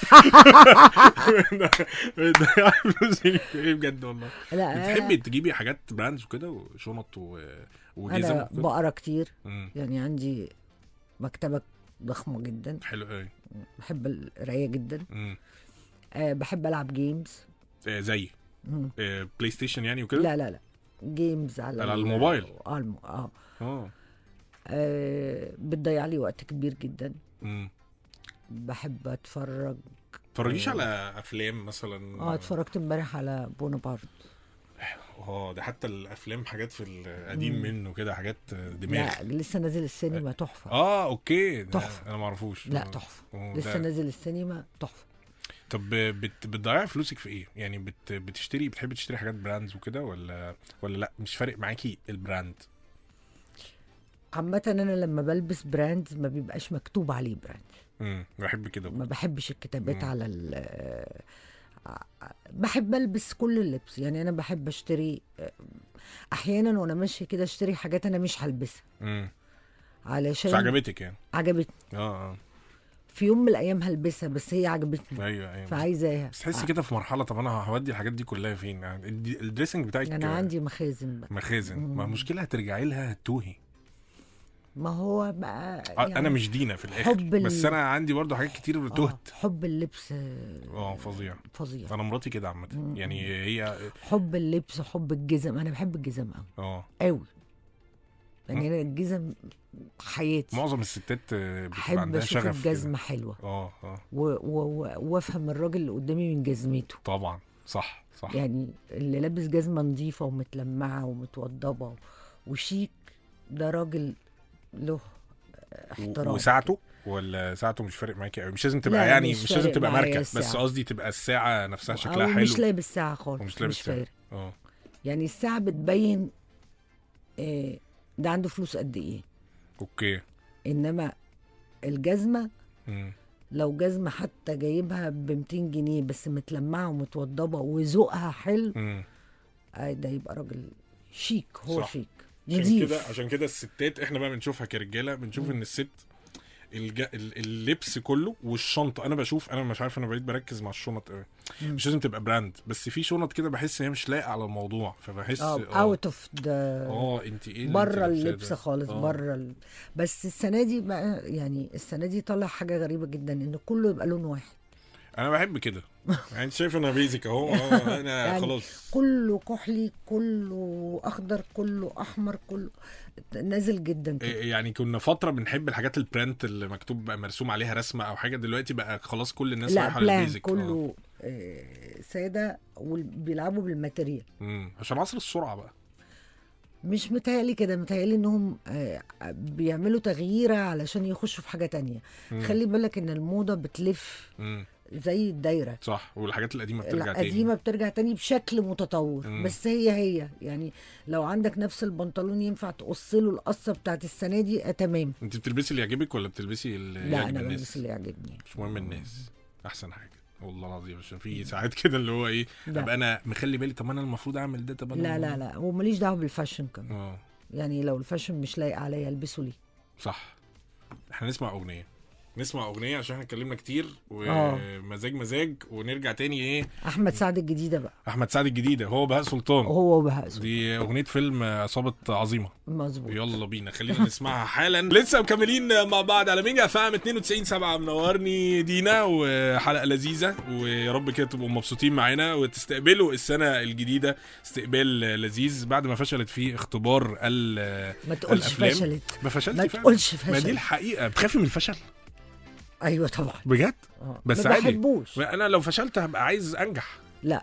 بتضيعي فلوسك فيه بجد والله. لا بتحبي تجيبي حاجات براندز وكده وشنط وجزم؟ انا بقرا كتير. مم. يعني عندي مكتبة ضخمة جدا. حلو قوي. بحب القراية جدا. مم. أه بحب العب جيمز. آه زي آه بلاي ستيشن يعني وكده؟ لا لا لا جيمز على, على الموبايل. اه الم... اه اه آه بتضيع لي وقت كبير جدا. امم بحب اتفرج. تفرجيش آه على افلام مثلا؟ اه اتفرجت امبارح على بونابرت. اه ده حتى الافلام حاجات في القديم منه كده، حاجات دماغ. لا لسه نازل السينما تحفه. اه اوكي تحفه. انا ما اعرفوش. لا تحفه لسه نازل السينما تحفه. طب بت... بتضيعي فلوسك في ايه يعني؟ بت... بتشتري بتحبي تشتري حاجات براندز وكده ولا ولا لا مش فارق معاكي البراند؟ عامة انا لما بلبس براند ما بيبقاش مكتوب عليه براند. امم بحب كده. ما بحبش الكتابات مم. على ال بحب البس كل اللبس يعني. انا بحب اشتري احيانا وانا ماشيه كده اشتري حاجات انا مش هلبسها. امم علشان عجبتك يعني؟ عجبتني. اه اه في يوم من الايام هلبسها بس هي عجبتني. ايوه ايوه فعايزاها. بس تحسي كده في مرحله طب انا هودي الحاجات دي كلها فين يعني؟ الدريسنج بتاعك انا عندي مخازن بقى. مخازن. ما المشكله هترجعي لها هتوهي. ما هو بقى يعني انا مش دينا في الاخر بس انا عندي برضو حاجات كتير تهت. حب اللبس اه فظيع فظيع. انا مراتي كده عامه يعني. هي حب اللبس حب الجزم. انا بحب الجزم قوي اه قوي يعني. انا الجزم حياتي. معظم الستات بتبقى عندها شغف. اشوف الجزمه حلوه اه اه وافهم الراجل اللي قدامي من جزمته. طبعا صح صح. يعني اللي لابس جزمه نظيفه ومتلمعه ومتوضبه وشيك ده راجل له احترام. وساعته ولا ساعته مش فارق معاكي قوي؟ مش لازم تبقى يعني مش, مش لازم تبقى ماركه، بس قصدي تبقى الساعه نفسها شكلها حلو. مش لابس ساعه خالص. مش لابس مش فارق. اه يعني الساعه بتبين إيه ده عنده فلوس قد ايه. اوكي. انما الجزمه امم لو جزمه حتى جايبها ب ميتين جنيه بس متلمعه ومتوضبه وذوقها حلو امم آه ده يبقى راجل شيك. هو صح. شيك عشان كده عشان كده الستات احنا بقى بنشوفها كرجاله بنشوف ان الست الج... اللبس كله والشنطه. انا بشوف انا مش عارف انا بقيت بركز مع الشنط قوي. مش لازم تبقى براند بس في شنط كده بحس ان هي مش لايقه على الموضوع فبحس اوت اوف ذا اه انت ايه بره اللبس خالص. بره ال... بس السنه دي بقى يعني السنه دي طلع حاجه غريبه جدا ان كله يبقى لون واحد. انا بحب كده يعني. انت شايف انا بيزك اهو. انا يعني خلاص كله كحلي، كله اخضر، كله احمر، كله نازل جدا كده. يعني كنا فتره بنحب الحاجات البرنت اللي مكتوب بقى مرسوم عليها رسمه او حاجه، دلوقتي بقى خلاص كل الناس رايحه للبيزك. كله آه ساده وبيلعبوا بالماتيريال. امم عشان عصر السرعه بقى. مش متهيألي كده، متهيألي انهم آه بيعملوا تغييره علشان يخشوا في حاجه تانية. مم. خلي بالك ان الموضه بتلف مم. زي الدايره، صح، والحاجات القديمه بترجع تاني. القديمه بترجع تاني بشكل متطور. مم. بس هي هي يعني لو عندك نفس البنطلون ينفع تقص له القصه بتاعت السنه دي. آه تمام. انت بتلبسي اللي يعجبك ولا بتلبسي اللي يعجب الناس؟ لا انا بلبس اللي يعجبني، مش مهم الناس. احسن حاجه والله العظيم، عشان في ساعات كده اللي هو ايه ابقى انا مخلي بالي طب انا المفروض اعمل ده، طب انا لا لا لا وماليش دعوه بالفاشن كمان. اه يعني لو الفاشن مش لايق عليا البسه ليه. صح. احنا نسمع اغنيه نسمع اغنيه عشان احنا اتكلمنا كتير ومزاج مزاج، ونرجع تاني. ايه احمد سعد الجديده بقى. احمد سعد الجديده هو بهاء سلطان. هو بهاء سلطان، دي اغنيه فيلم عصابه عظيمه. مظبوط. يلا بينا خلينا نسمعها حالا. لسه مكملين مع بعض على ميجا فام اتنين وتسعين سبعة. منورني دينا، وحلقه لذيذه، ويا رب كده تبقوا مبسوطين معانا وتستقبلوا السنه الجديده استقبال لذيذ بعد ما فشلت في اختبار ال ما تقولش فشلت. ما فشلت ما تقولش فشلت. ما دي الحقيقه. بتخافي من الفشل؟ ايوه طبعا بجد. أوه. بس عادي، بحبوش. انا لو فشلت هبقى عايز انجح. لا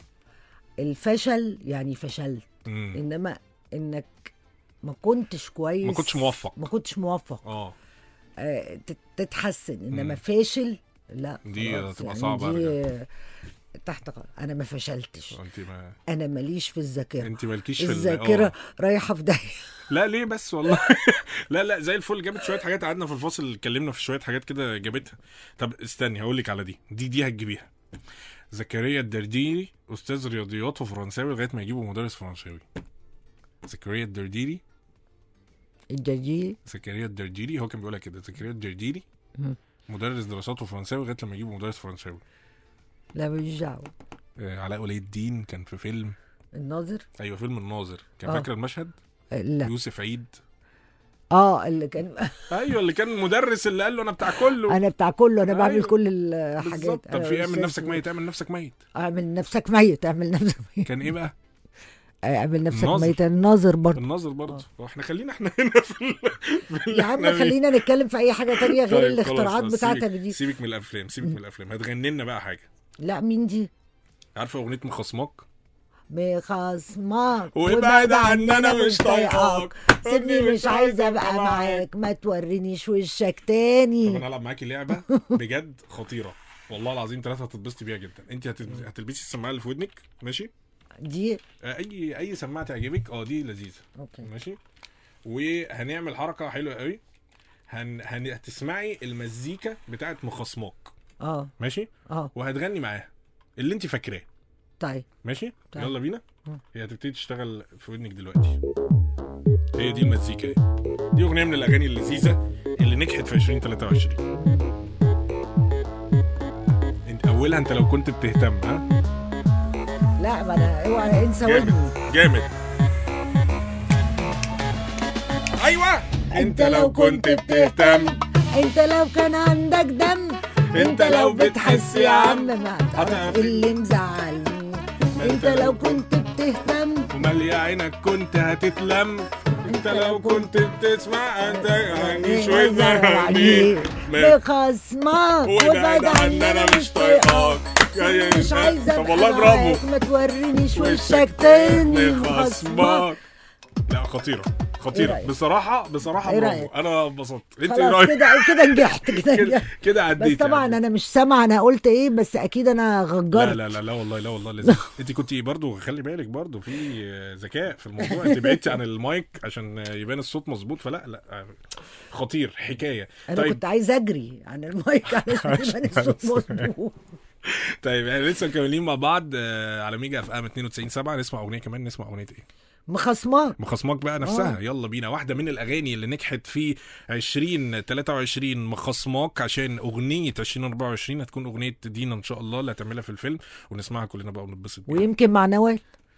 الفشل يعني فشلت، مم. انما انك ما كنتش كويس، ما كنتش موفق ما كنتش موفق اه, آه تتحسن. انما مم. فاشل لا، دي هتبقى يعني صعبه. دي تحت قرار. انا ما فشلتش. ما... انا ماليش في الذاكره. انت مالكيش في الذاكره رايحه في داهيه. لا ليه بس والله. لا لا زي الفل. جابت شويه حاجات، قعدنا في الفاصل اتكلمنا في شويه حاجات كده جابتها. طب استني هقول لك على دي دي دي هتجيبيها. زكريا الدرديري استاذ رياضيات وفرنساوي لغايه ما يجيبوا مدرس فرنساوي. زكريا الدرديري الدرديري زكريا الدرديري هو كان بيقولها كده. زكريا الدرديري مدرس دراسات وفرنساوي لغايه لما يجيبوا مدرس فرنساوي. لا مش دعوه. علاء ولي الدين كان في فيلم الناظر. ايوه فيلم الناظر. كان فاكره المشهد؟ لا. يوسف عيد. اه اللي كان ايوه اللي كان المدرس اللي قال له انا بتاع كله. انا بتاع كله انا بعمل أيوة. كل الحاجات. طب في اعمل نفسك ميت اعمل نفسك ميت اعمل نفسك ميت اعمل نفسك ميت. كان ايه بقى؟ اعمل نفسك النظر. ميت. الناظر برضه. الناظر برضه. آه. احنا خلينا احنا هنا في, في يا عم خلينا نتكلم في اي حاجه تانية غير طيب الاختراعات بتاعتك دي. سيبك من الافلام سيبك من الافلام هتغني لنا بقى حاجه. لا مين دي؟ عارفه اغنيه مخصماك؟ مخصمك وابعد عني انا مش طايقاك، سيبني مش عايزه ابقى معاك، ما تورينيش وشك تاني. طب انا هلعب معاكي لعبه بجد خطيره والله العظيم ثلاثه هتتبسطي بيها جدا. انت هتلبسي السماعه اللي في ودنك ماشي؟ دي اي اي سماعه تعجبك. اه دي لذيذه. اوكي ماشي. وهنعمل حركه حلوه قوي. هن... هن... هتسمعي المزيكا بتاعت مخصماك. اه ماشي. اه وهتغني معاها اللي انت فاكراه. طيب ماشي. طيب. يلا بينا. هي هتبتدي تشتغل في ودنك دلوقتي. هي دي المزيكا. دي اغنيه من الاغاني اللذيذه اللي نجحت في عشرين تلاتة وعشرين. انت اولها انت لو كنت بتهتم. ها لا ما انا اوعى انسى ودني. جامد. ايوه انت لو كنت بتهتم، انت لو كان عندك دم، انت لو بتحس يا عم ما تعرف اللي مزعلني. انت لو كنت بتهتم ومالية عينك كنت هتتلم. انت لو كنت بتسمع انت هنيش وزرعني بخصمك وابعد عني انا مش طايقاك، مش عايزه طب والله برافو. ما تورينيش وشك تاني بخصمك. لا خطيره خطيره بصراحه بصراحه برافو. انا انبسطت. انت خلاص كده كده نجحت كده كده عديت. بس طبعا يعني. انا مش سامعه انا قلت ايه، بس اكيد انا غجرت. لا لا لا لا والله لا والله لازم. انت كنت برضو خلي بالك برضو في ذكاء في الموضوع. انت بعدتي عن المايك عشان يبان الصوت مظبوط. فلا لا خطير حكايه. انا طيب. كنت عايز اجري عن المايك علشان يبان الصوت مظبوط. طيب يعني لسه مكملين مع بعض على ميجا اف ام اتنين وتسعين سبعة. نسمع اغنيه كمان. نسمع اغنيه ايه؟ مخصماك. مخصماك بقى نفسها. آه. يلا بينا. واحدة من الأغاني اللي نجحت في عشرين تلاتة وعشرين مخصماك، عشان أغنية عشرين أربعة وعشرين هتكون أغنية دينا إن شاء الله اللي هتعملها في الفيلم، ونسمعها كلنا بقى ونتبسط بيها. ويمكن مع نوال.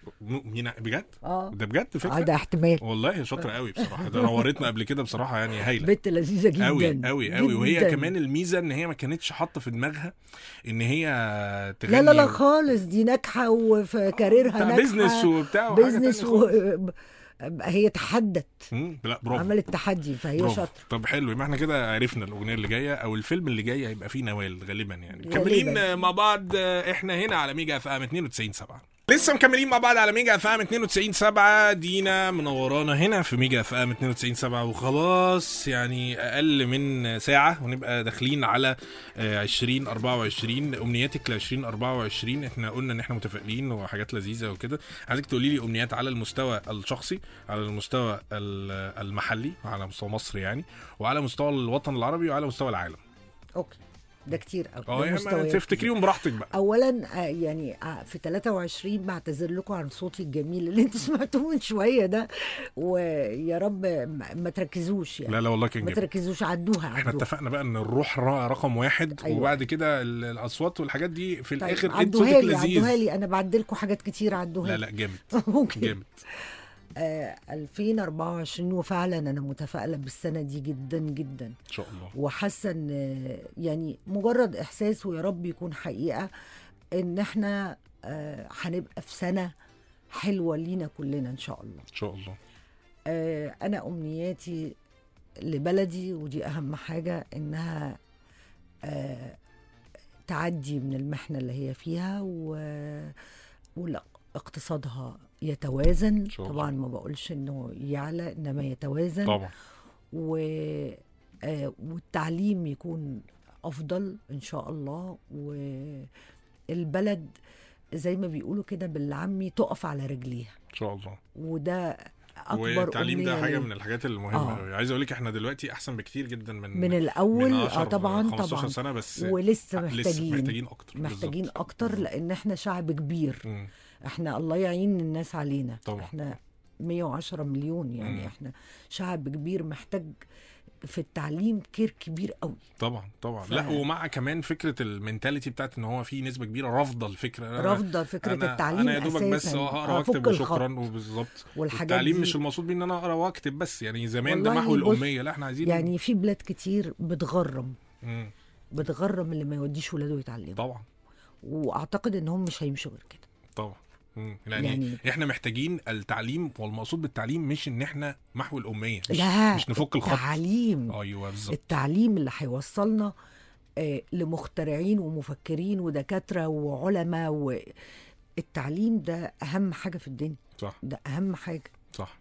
مين بجد؟ اه ده بجد فكره؟ اه ده احتمال والله شاطره قوي بصراحه، ده نورتنا قبل كده بصراحه يعني، هايله بنت لذيذه جدا قوي قوي قوي. وهي جداً. كمان الميزه ان هي ما كانتش حاطه في دماغها ان هي تغني. لا لا لا خالص، دي ناجحه وفي كاريرها ناجحه، بيزنس وبتاع بيزنس و... هي تحدت، امم لا برافو، عملت تحدي، فهي برافو. شاطره. طب حلو، يبقى احنا كده عرفنا الاغنيه اللي جايه او الفيلم اللي جاي هيبقى فيه نوال غالبا يعني. غالباً. مكملين مع بعض احنا هنا على ميجا اف ام اتنين وتسعين سبعة، لسه مكملين مع بعض على ميجا اف ام اتنين وتسعين سبعة. دينا منورانا هنا في ميجا اف ام اتنين وتسعين سبعة، وخلاص يعني اقل من ساعه ونبقى داخلين على عشرين اربعة وعشرين. امنياتك ل عشرين اربعة وعشرين، احنا قلنا ان احنا متفائلين وحاجات لذيذه وكده. عايزك تقولي لي امنيات على المستوى الشخصي، على المستوى المحلي، على مستوى مصر يعني، وعلى مستوى الوطن العربي، وعلى مستوى العالم. اوكي ده كتير قوي، اه يعني تفتكريهم براحتك بقى. اولا يعني في تلاتة وعشرين بعتذر لكم عن صوتي الجميل اللي انتوا سمعتوه من شويه ده، ويا رب ما تركزوش يعني. لا لا والله كان ما تركزوش، عدوها عدوها. احنا اتفقنا بقى ان الروح رقم واحد. أيوة. وبعد كده الاصوات والحاجات دي في طيب الاخر انت صوتك لذيذ. عدوها لي، انا بعدلكم حاجات كتير، عدوها. لا لا جامد جامد. آه ألفين واربعة وعشرين، وفعلا انا متفائله بالسنه دي جدا جدا ان شاء الله، وحاسه ان يعني مجرد احساس، ويا رب يكون حقيقه، ان احنا آه هنبقى في سنه حلوه لينا كلنا ان شاء الله ان شاء الله. آه انا امنياتي لبلدي، ودي اهم حاجه، انها آه تعدي من المحنه اللي هي فيها، و واقتصادها يتوازن. طبعا ما بقولش انه يعلى، انما يتوازن طبعا. و... آه والتعليم يكون افضل ان شاء الله، والبلد زي ما بيقولوا كده بالعامي تقف على رجليها ان شاء الله. وده اكبر والتعليم ده حاجه من الحاجات المهمه قوي. آه. عايز اقول لك احنا دلوقتي احسن بكتير جدا من من الاول. من اه طبعا طبعا سنه بس، ولسه محتاجين لسه محتاجين اكتر محتاجين بالزبط. اكتر، لان احنا شعب كبير. م. احنا الله يعين الناس علينا طبعا. احنا مية وعشرة مليون يعني. م. احنا شعب كبير محتاج في التعليم كير كبير قوي. طبعا طبعا. ف... لا ومع كمان فكره المينتاليتي بتاعت ان هو في نسبه كبيره رافضه الفكره، رافضه فكره أنا التعليم. انا يا دوبك بس هقرا واكتب وشكرا وبالظبط. التعليم دي... مش المقصود بيه ان انا اقرا واكتب بس يعني، زمان ده محو الاميه. لا احنا عايزين يعني في بلاد كتير بتغرم م. بتغرم اللي ما يوديش ولاده يتعلموا طبعا، واعتقد انهم مش هيمشوا غير كده طبعا. يعني, يعني احنا محتاجين التعليم، والمقصود بالتعليم مش ان احنا محو الاميه، مش, لا مش نفك الخط. التعليم ايوه بالظبط، التعليم اللي هيوصلنا آه لمخترعين ومفكرين ودكاتره وعلماء، والتعليم ده اهم حاجه في الدنيا. صح، ده اهم حاجه. صح.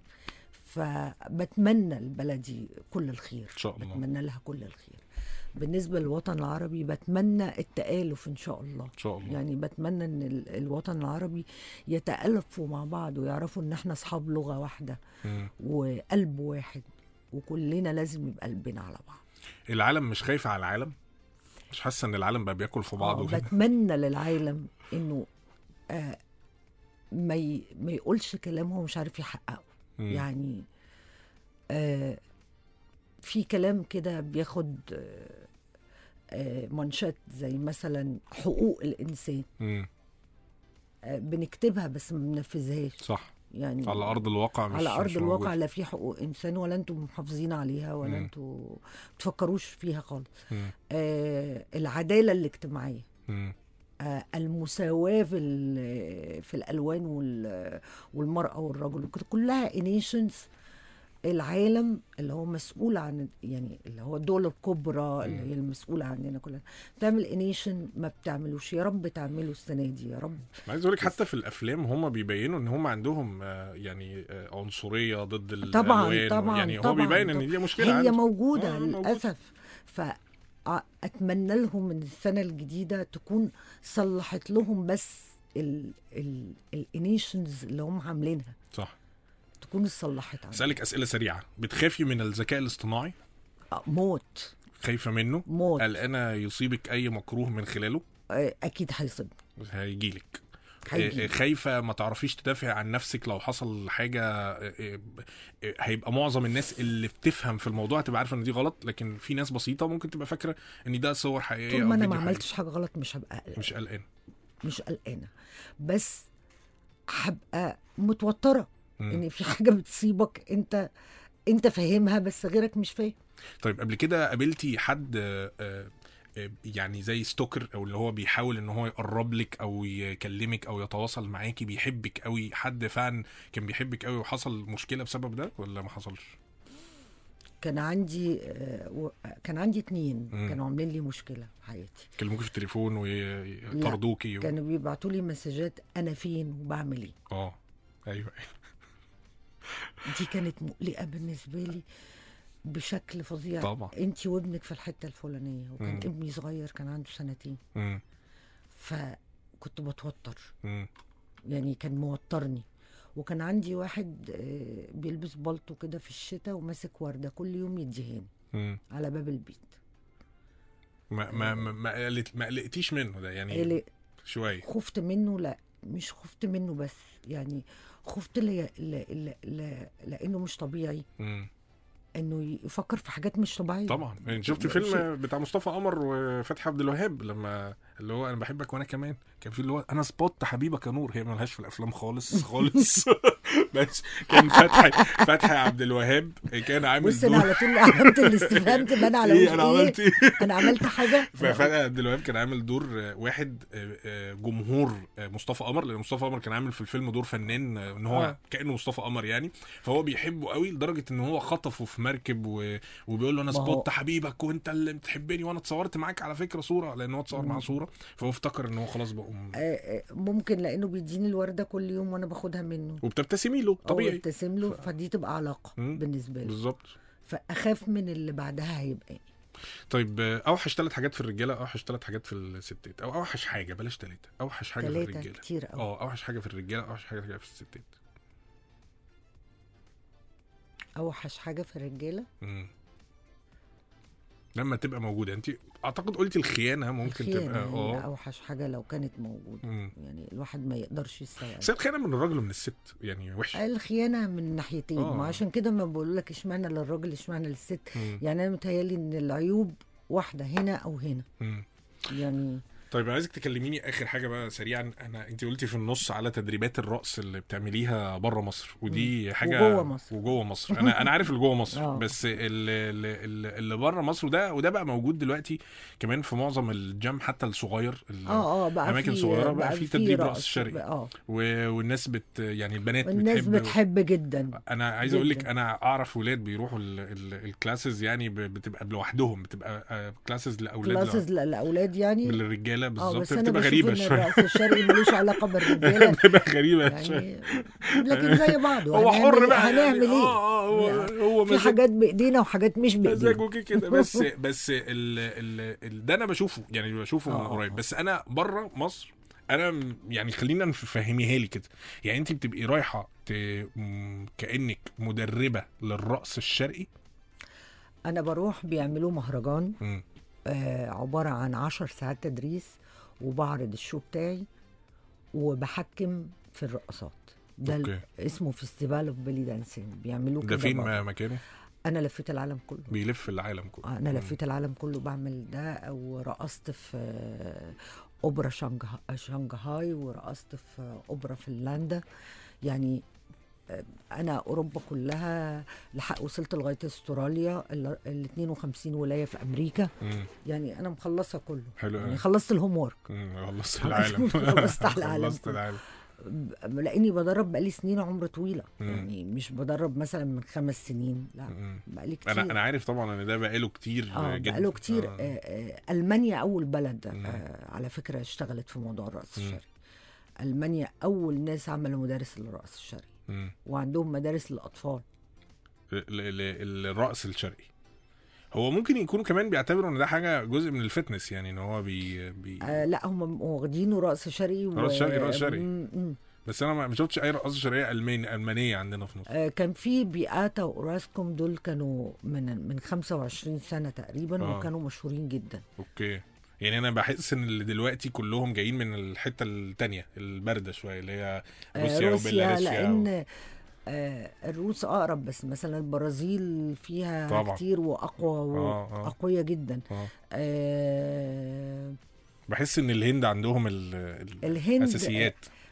فبتمنى لبلدي كل الخير ان شاء الله، بتمنى لها كل الخير. بالنسبة للوطن العربي بتمنى التآلف إن شاء الله. إن شاء الله. يعني بتمنى أن الوطن العربي يتألفوا مع بعض، ويعرفوا أن احنا أصحاب لغة واحدة م. وقلب واحد، وكلنا لازم يبقى قلبنا على بعض. العالم مش خايف على العالم؟ مش حاسة أن العالم بقى بياكل في بعضه كده؟ بتمنى للعالم أنه آه ما, ي... ما يقولش كلام هو مش عارف يحققه. م. يعني آه في كلام كده بياخد آه منشات زي مثلا حقوق الإنسان. م. بنكتبها بس ما بننفذهاش. صح، يعني على أرض الواقع مش على أرض مش الواقع موجود. لا في حقوق إنسان، ولا أنتم محافظين عليها، ولا أنتم بتفكروش فيها خالص. آه العدالة الاجتماعية، م. آه المساواة في, في الألوان والمرأة والرجل، كلها إنيشنز العالم اللي هو مسؤول عن، يعني اللي هو الدول الكبرى اللي هي المسؤولة عننا كلنا، تعمل انيشن ما بتعملوش. يا رب تعملوا السنة دي يا رب. عايز اقول لك حتى في الافلام هم بيبينوا ان هم عندهم يعني عنصرية ضد طبعا الالوان. طبعا يعني طبعا هو بيبين ان دي مشكلة هي عنده. موجودة آه للأسف. فأتمنى لهم من السنة الجديدة تكون صلحت لهم بس الانيشنز اللي هم عاملينها. صح، تكون صلحت. اسالك اسئله سريعه. بتخافي من الذكاء الاصطناعي؟ موت. خايفه منه؟ موت. قلقانه يصيبك اي مكروه من خلاله؟ اكيد هيصيبني، هيجيلك. هيجي. خايفه ما تعرفيش تدافع عن نفسك لو حصل حاجه؟ هيبقى معظم الناس اللي بتفهم في الموضوع تبقى عارفه ان دي غلط، لكن في ناس بسيطه ممكن تبقى فاكره ان ده صور حقيقيه. طول ما انا ما عملتش حاجه غلط مش هبقى قلقانه. مش قلقانه مش قلقانه، بس هبقى متوتره مم. ان في حاجه بتصيبك انت انت فاهمها بس غيرك مش فاهم. طيب قبل كده قابلتي حد آه، آه، آه، يعني زي ستوكر او اللي هو بيحاول ان هو يقرب لك او يكلمك او يتواصل معاكي، بيحبك قوي، حد فعلا كان بيحبك قوي وحصل مشكله بسبب ده ولا ما حصلش؟ كان عندي آه، و- كان عندي اتنين مم. كانوا عاملين لي مشكله في حياتي. كلموكي في التليفون ويطردوكي و... كانوا بيبعتوا لي مسجات انا فين وبعمل ايه. اه ايوه دي كانت مقلقه بالنسبه لي بشكل فظيع. طبعا. انتي وابنك في الحته الفلانيه، وكان مم. ابني صغير كان عنده سنتين، مم. فكنت بتوتر مم. يعني كان موترني. وكان عندي واحد آه، بيلبس بالطو كده في الشتاء وماسك ورده كل يوم يديهاني مم. على باب البيت. ما ما ما ما قلت- ما قلقتيش منه ده يعني قلق. شويه؟ خفت منه، لا مش خفت منه بس يعني خفت ل... ل... ل... ل... لانه مش طبيعي مم. انه يفكر في حاجات مش طبيعيه. طبعا. يعني شفت فيلم بتاع مصطفى قمر وفتحي عبد الوهاب لما اللي هو انا بحبك وانا كمان، كان في اللي هو انا سبوت حبيبك يا نور، هي مالهاش في الافلام خالص خالص بس كان فتحي فتحي عبد الوهاب كان عامل بص انا على طول عملت الاستفهام تبان على ايه وشي انا عملت ايه انا عملت حاجه. ففتحي عبد الوهاب كان عامل دور واحد جمهور مصطفى قمر، لان مصطفى قمر كان عامل في الفيلم دور فنان ان هو آه. كانه مصطفى قمر يعني، فهو بيحبه قوي لدرجه ان هو خطفه في مركب و... وبيقول له انا سبوت حبيبك وانت اللي بتحبني وانا اتصورت معاك على فكره صوره، لان هو اتصور معاه صوره، فهو افتكر ان هو خلاص بقى آه، ممكن لانه بيديني الورده كل يوم وانا باخدها منه وبتبتسمي له طبيعي، وبتبتسم له ف... فدي تبقى علاقه مم. بالنسبه لي بالظبط. فاخاف من اللي بعدها هيبقى ايه. طيب اوحش ثلاث حاجات في الرجاله، اوحش ثلاث حاجات في الستات، او اوحش حاجه بلاش ثلاثه، اوحش حاجه في الرجاله كتير قوي. اه اوحش حاجه في الرجاله، اوحش حاجه في الستات. اوحش حاجه في الرجاله امم لما تبقى موجوده، انت اعتقد قلتي الخيانه ممكن الخيانة تبقى اه اوحش حاجه لو كانت موجوده. مم. يعني الواحد ما يقدرش يستوعب. بس الخيانه من الراجل ومن الست يعني وحشه. الخيانه من ناحيتين، آه. ما عشان كده ما بقول لك اشمعنى للراجل اشمعنى للست. مم. يعني انا متهيالي ان العيوب واحده هنا او هنا. مم. يعني طيب عايزك تكلميني اخر حاجه بقى سريعا، انا انت قلتي في النص على تدريبات الرقص اللي بتعمليها بره مصر، ودي حاجه وجوه مصر وجوه مصر انا انا عارف اللي جوه مصر أوه. بس اللي, اللي, اللي بره مصر وده وده بقى موجود دلوقتي كمان في معظم الجيم حتى الصغير اه اه بقى الاماكن في الصغيره بقى, بقى في تدريب رقص شرقي اه والناس بت يعني البنات الناس بتحب بتحب جدا. انا عايز اقول لك انا اعرف ولاد بيروحوا الكلاسز يعني بتبقى لوحدهم، بتبقى كلاسز لاولاد كلاسز لاولاد يعني بالرجاله بالظبط، بتبقى غريبه شويه. الرقص الشرقي ملوش علاقه بالرجاله بتبقى غريبه يعني شويه لكن زي بعض. هو حر بقى هنعمل يعني. ايه؟ اه هو يعني هو في حاجات بايدينا وحاجات مش بايدينا مزاجه كده بس بس ال ال ال ده انا بشوفه يعني بشوفه من قريب، بس انا بره مصر انا يعني خلينا نفهميها لي كده، يعني انت بتبقي رايحه كانك مدربه للرقص الشرقي. انا بروح بيعملوا مهرجان م. آه عباره عن عشر ساعات تدريس، وبعرض الشو بتاعي وبحكم في الرقصات. ده أوكي. اسمه فيستيفال اوف بيلي دانسينج، بيعملوه ده فين مكانه؟ انا لفيت العالم كله. بيلف العالم كله. انا لفيت العالم كله بعمل ده، او رقصت في اوبرا شنغهاي ورقصت في اوبرا فنلندا. يعني انا اوروبا كلها لحق وصلت لغايه استراليا، ال اثنين وخمسين ولايه في امريكا. مم. يعني انا مخلصه كله. حلو يعني خلصت الهوم وورك، خلصت العالم خلصت على العالم خلصت العالم لاني بدرب بقالي سنين عمر طويله. مم. يعني مش بدرب مثلا من خمس سنين، لا بقالي كتير. انا انا عارف طبعا ان ده بقاله كتير آه جدا. بقاله كتير. آه. آه المانيا اول بلد آه على فكره اشتغلت في موضوع الرقص الشرقي. المانيا اول ناس عملوا مدارس للرقص الشرقي، مم. وعندهم مدارس للاطفال. الرقص الشرقي هو ممكن يكونوا كمان بيعتبروا ان ده حاجه جزء من الفتنس، يعني ان هو بي, بي... آه لا هم واخدينه رقص شرقي. رقص و... شرقي رقص شرقي بس انا ما شفتش اي رقصه شرقيه المانيه المانيه عندنا في مصر. آه كان في بيئاتا واوراسكوم، دول كانوا من من خمسة وعشرين سنه تقريبا. آه. وكانوا مشهورين جدا. اوكي. يعني انا بحس ان اللي دلوقتي كلهم جايين من الحته الثانيه البارده شويه اللي هي روسيا, آه روسيا وبيلاروسيا لان و... آه الروس اقرب، بس مثلا البرازيل فيها طبعا. كتير واقوى واقويه جدا. آه. آه بحس ان الهند عندهم ال... الهند الاساسيات.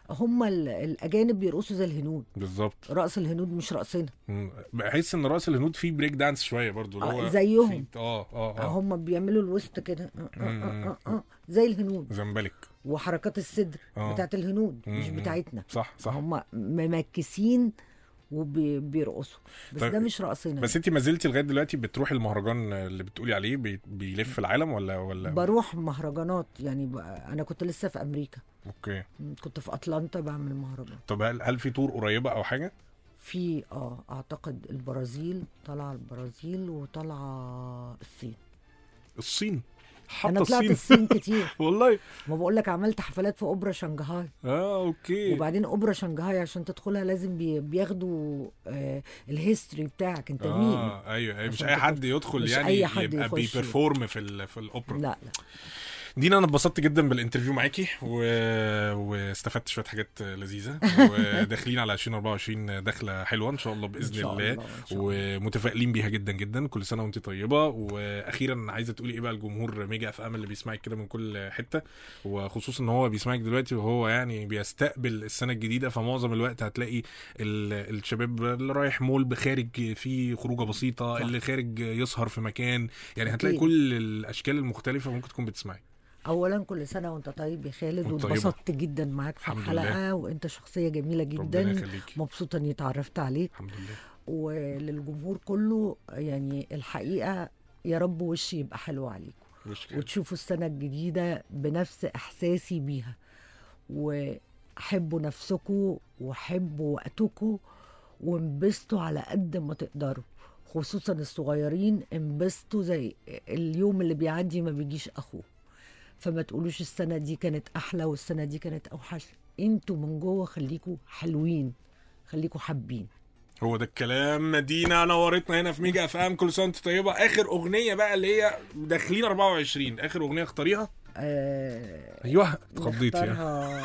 هم الاجانب بيرقصوا زي الهنود بالظبط. رقص الهنود مش رقصنا. بحس ان رقص الهنود فيه بريك دانس شويه برضو اللي هو زيهم. اه اه اه هم بيعملوا الوسط كده آه آه آه آه آه زي الهنود. زنبلك وحركات الصدر آه. بتاعت الهنود مش بتاعتنا. صح صح. هم ممكسين وبيرقصوا بس طيب. ده مش رقصنا. بس انت ما زلتي لغايه دلوقتي بتروحي المهرجان اللي بتقولي عليه بي... بيلف العالم ولا ولا بروح مهرجانات يعني ب... انا كنت لسه في امريكا. اوكي. كنت في اتلانتا بعمل مهرجان. طب هل هل في تور قريبه او حاجه؟ في اه اعتقد البرازيل طالعه البرازيل وطالعه الصين. الصين انا طلعت الصين كتير والله. ما بقول لك عملت حفلات في اوبرا شنغهاي. اه اوكي. وبعدين اوبرا شنغهاي عشان تدخلها لازم بي بياخدوا آه الهيستوري بتاعك انت آه مين. اه ايوه ايوه مش اي حد يدخل مش يعني أي حد يبقى بيبرفورم في ال... في الاوبرا. لا لا. دينا انا اتبسطت جدا بالانترفيو معاكي و... واستفدت شويه حاجات لذيذه وداخلين على ألفين وأربعة وعشرين دخله حلوه ان شاء الله باذن الله, الله. ومتفائلين بيها جدا جدا. كل سنه وانت طيبه. واخيرا عايزه تقولي ايه بقى الجمهور ميجا اف ام اللي بيسمعك كده من كل حته وخصوصا ان هو بيسمعك دلوقتي وهو يعني بيستقبل السنه الجديده فمعظم الوقت هتلاقي ال... الشباب اللي رايح مول بخارج فيه خروجه بسيطه صح. اللي خارج يسهر في مكان يعني هتلاقي كل الاشكال المختلفه ممكن تكون بتسمعي. اولا كل سنه وانت طيب يا خالد واتبسطت جدا معاك في الحلقه لله. وانت شخصيه جميله جدا مبسوطه اني اتعرفت عليك الحمد لله. وللجمهور كله يعني الحقيقه يا رب وشي يبقى حلو عليكم وتشوفوا السنه الجديده بنفس احساسي بيها وحبوا نفسكم وحبوا وقتكم وانبسطوا على قد ما تقدروا خصوصا الصغيرين. انبسطوا زي اليوم اللي بيعدي ما بيجيش اخوه فما تقولوش السنة دي كانت أحلى والسنة دي كانت أوحش. انتوا من جوه خليكوا حلوين خليكوا حابين. هو ده الكلام. دينا نورتنا هنا في ميجا اف ام. كل سنة وانت طيبة. آخر أغنية بقى اللي هي داخلين أربعة وعشرين آخر أغنية اختاريها. آه أيوه اتخضيتي.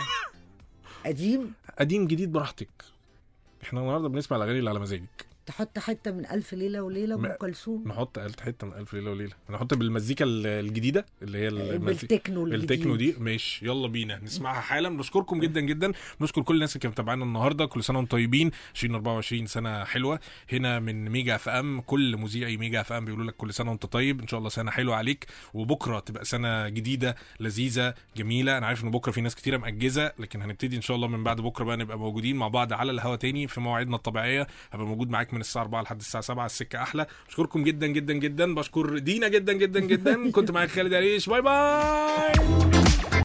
قديم قديم جديد براحتك. احنا النهارده بنسمع الأغاني اللي على مزاجك. تحط حته من ألف ليله وليله ام كلثوم. نحط حته من ألف ليله وليله. نحط بالمزيكا الجديده اللي هي بالتكنو الجديد. التكنو دي ماشي يلا بينا نسمعها حالا. بنشكركم جدا جدا. بنشكر كل الناس اللي كانت متابعانا النهارده. كل سنه وانتم طيبين. ألفين وأربعة وعشرين سنه حلوه هنا من ميجا اف ام. كل مذيعي ميجا اف ام بيقولوا لك كل سنه وانت طيب. ان شاء الله سنه حلوه عليك وبكره تبقى سنه جديده لذيذه جميله. انا عارف ان بكره في ناس كتيره مأجزه لكن هنبتدي ان شاء الله من بعد بكره بقى نبقى موجودين مع بعض على الهوا تاني في مواعيدنا الطبيعيه. هبقى موجود معاك من الساعه أربعة لحد الساعه سبعة. السكه احلى. بشكركم جدا جدا جدا. بشكر دينا جدا جدا جدا. كنت معاك خالد عريش. باي باي.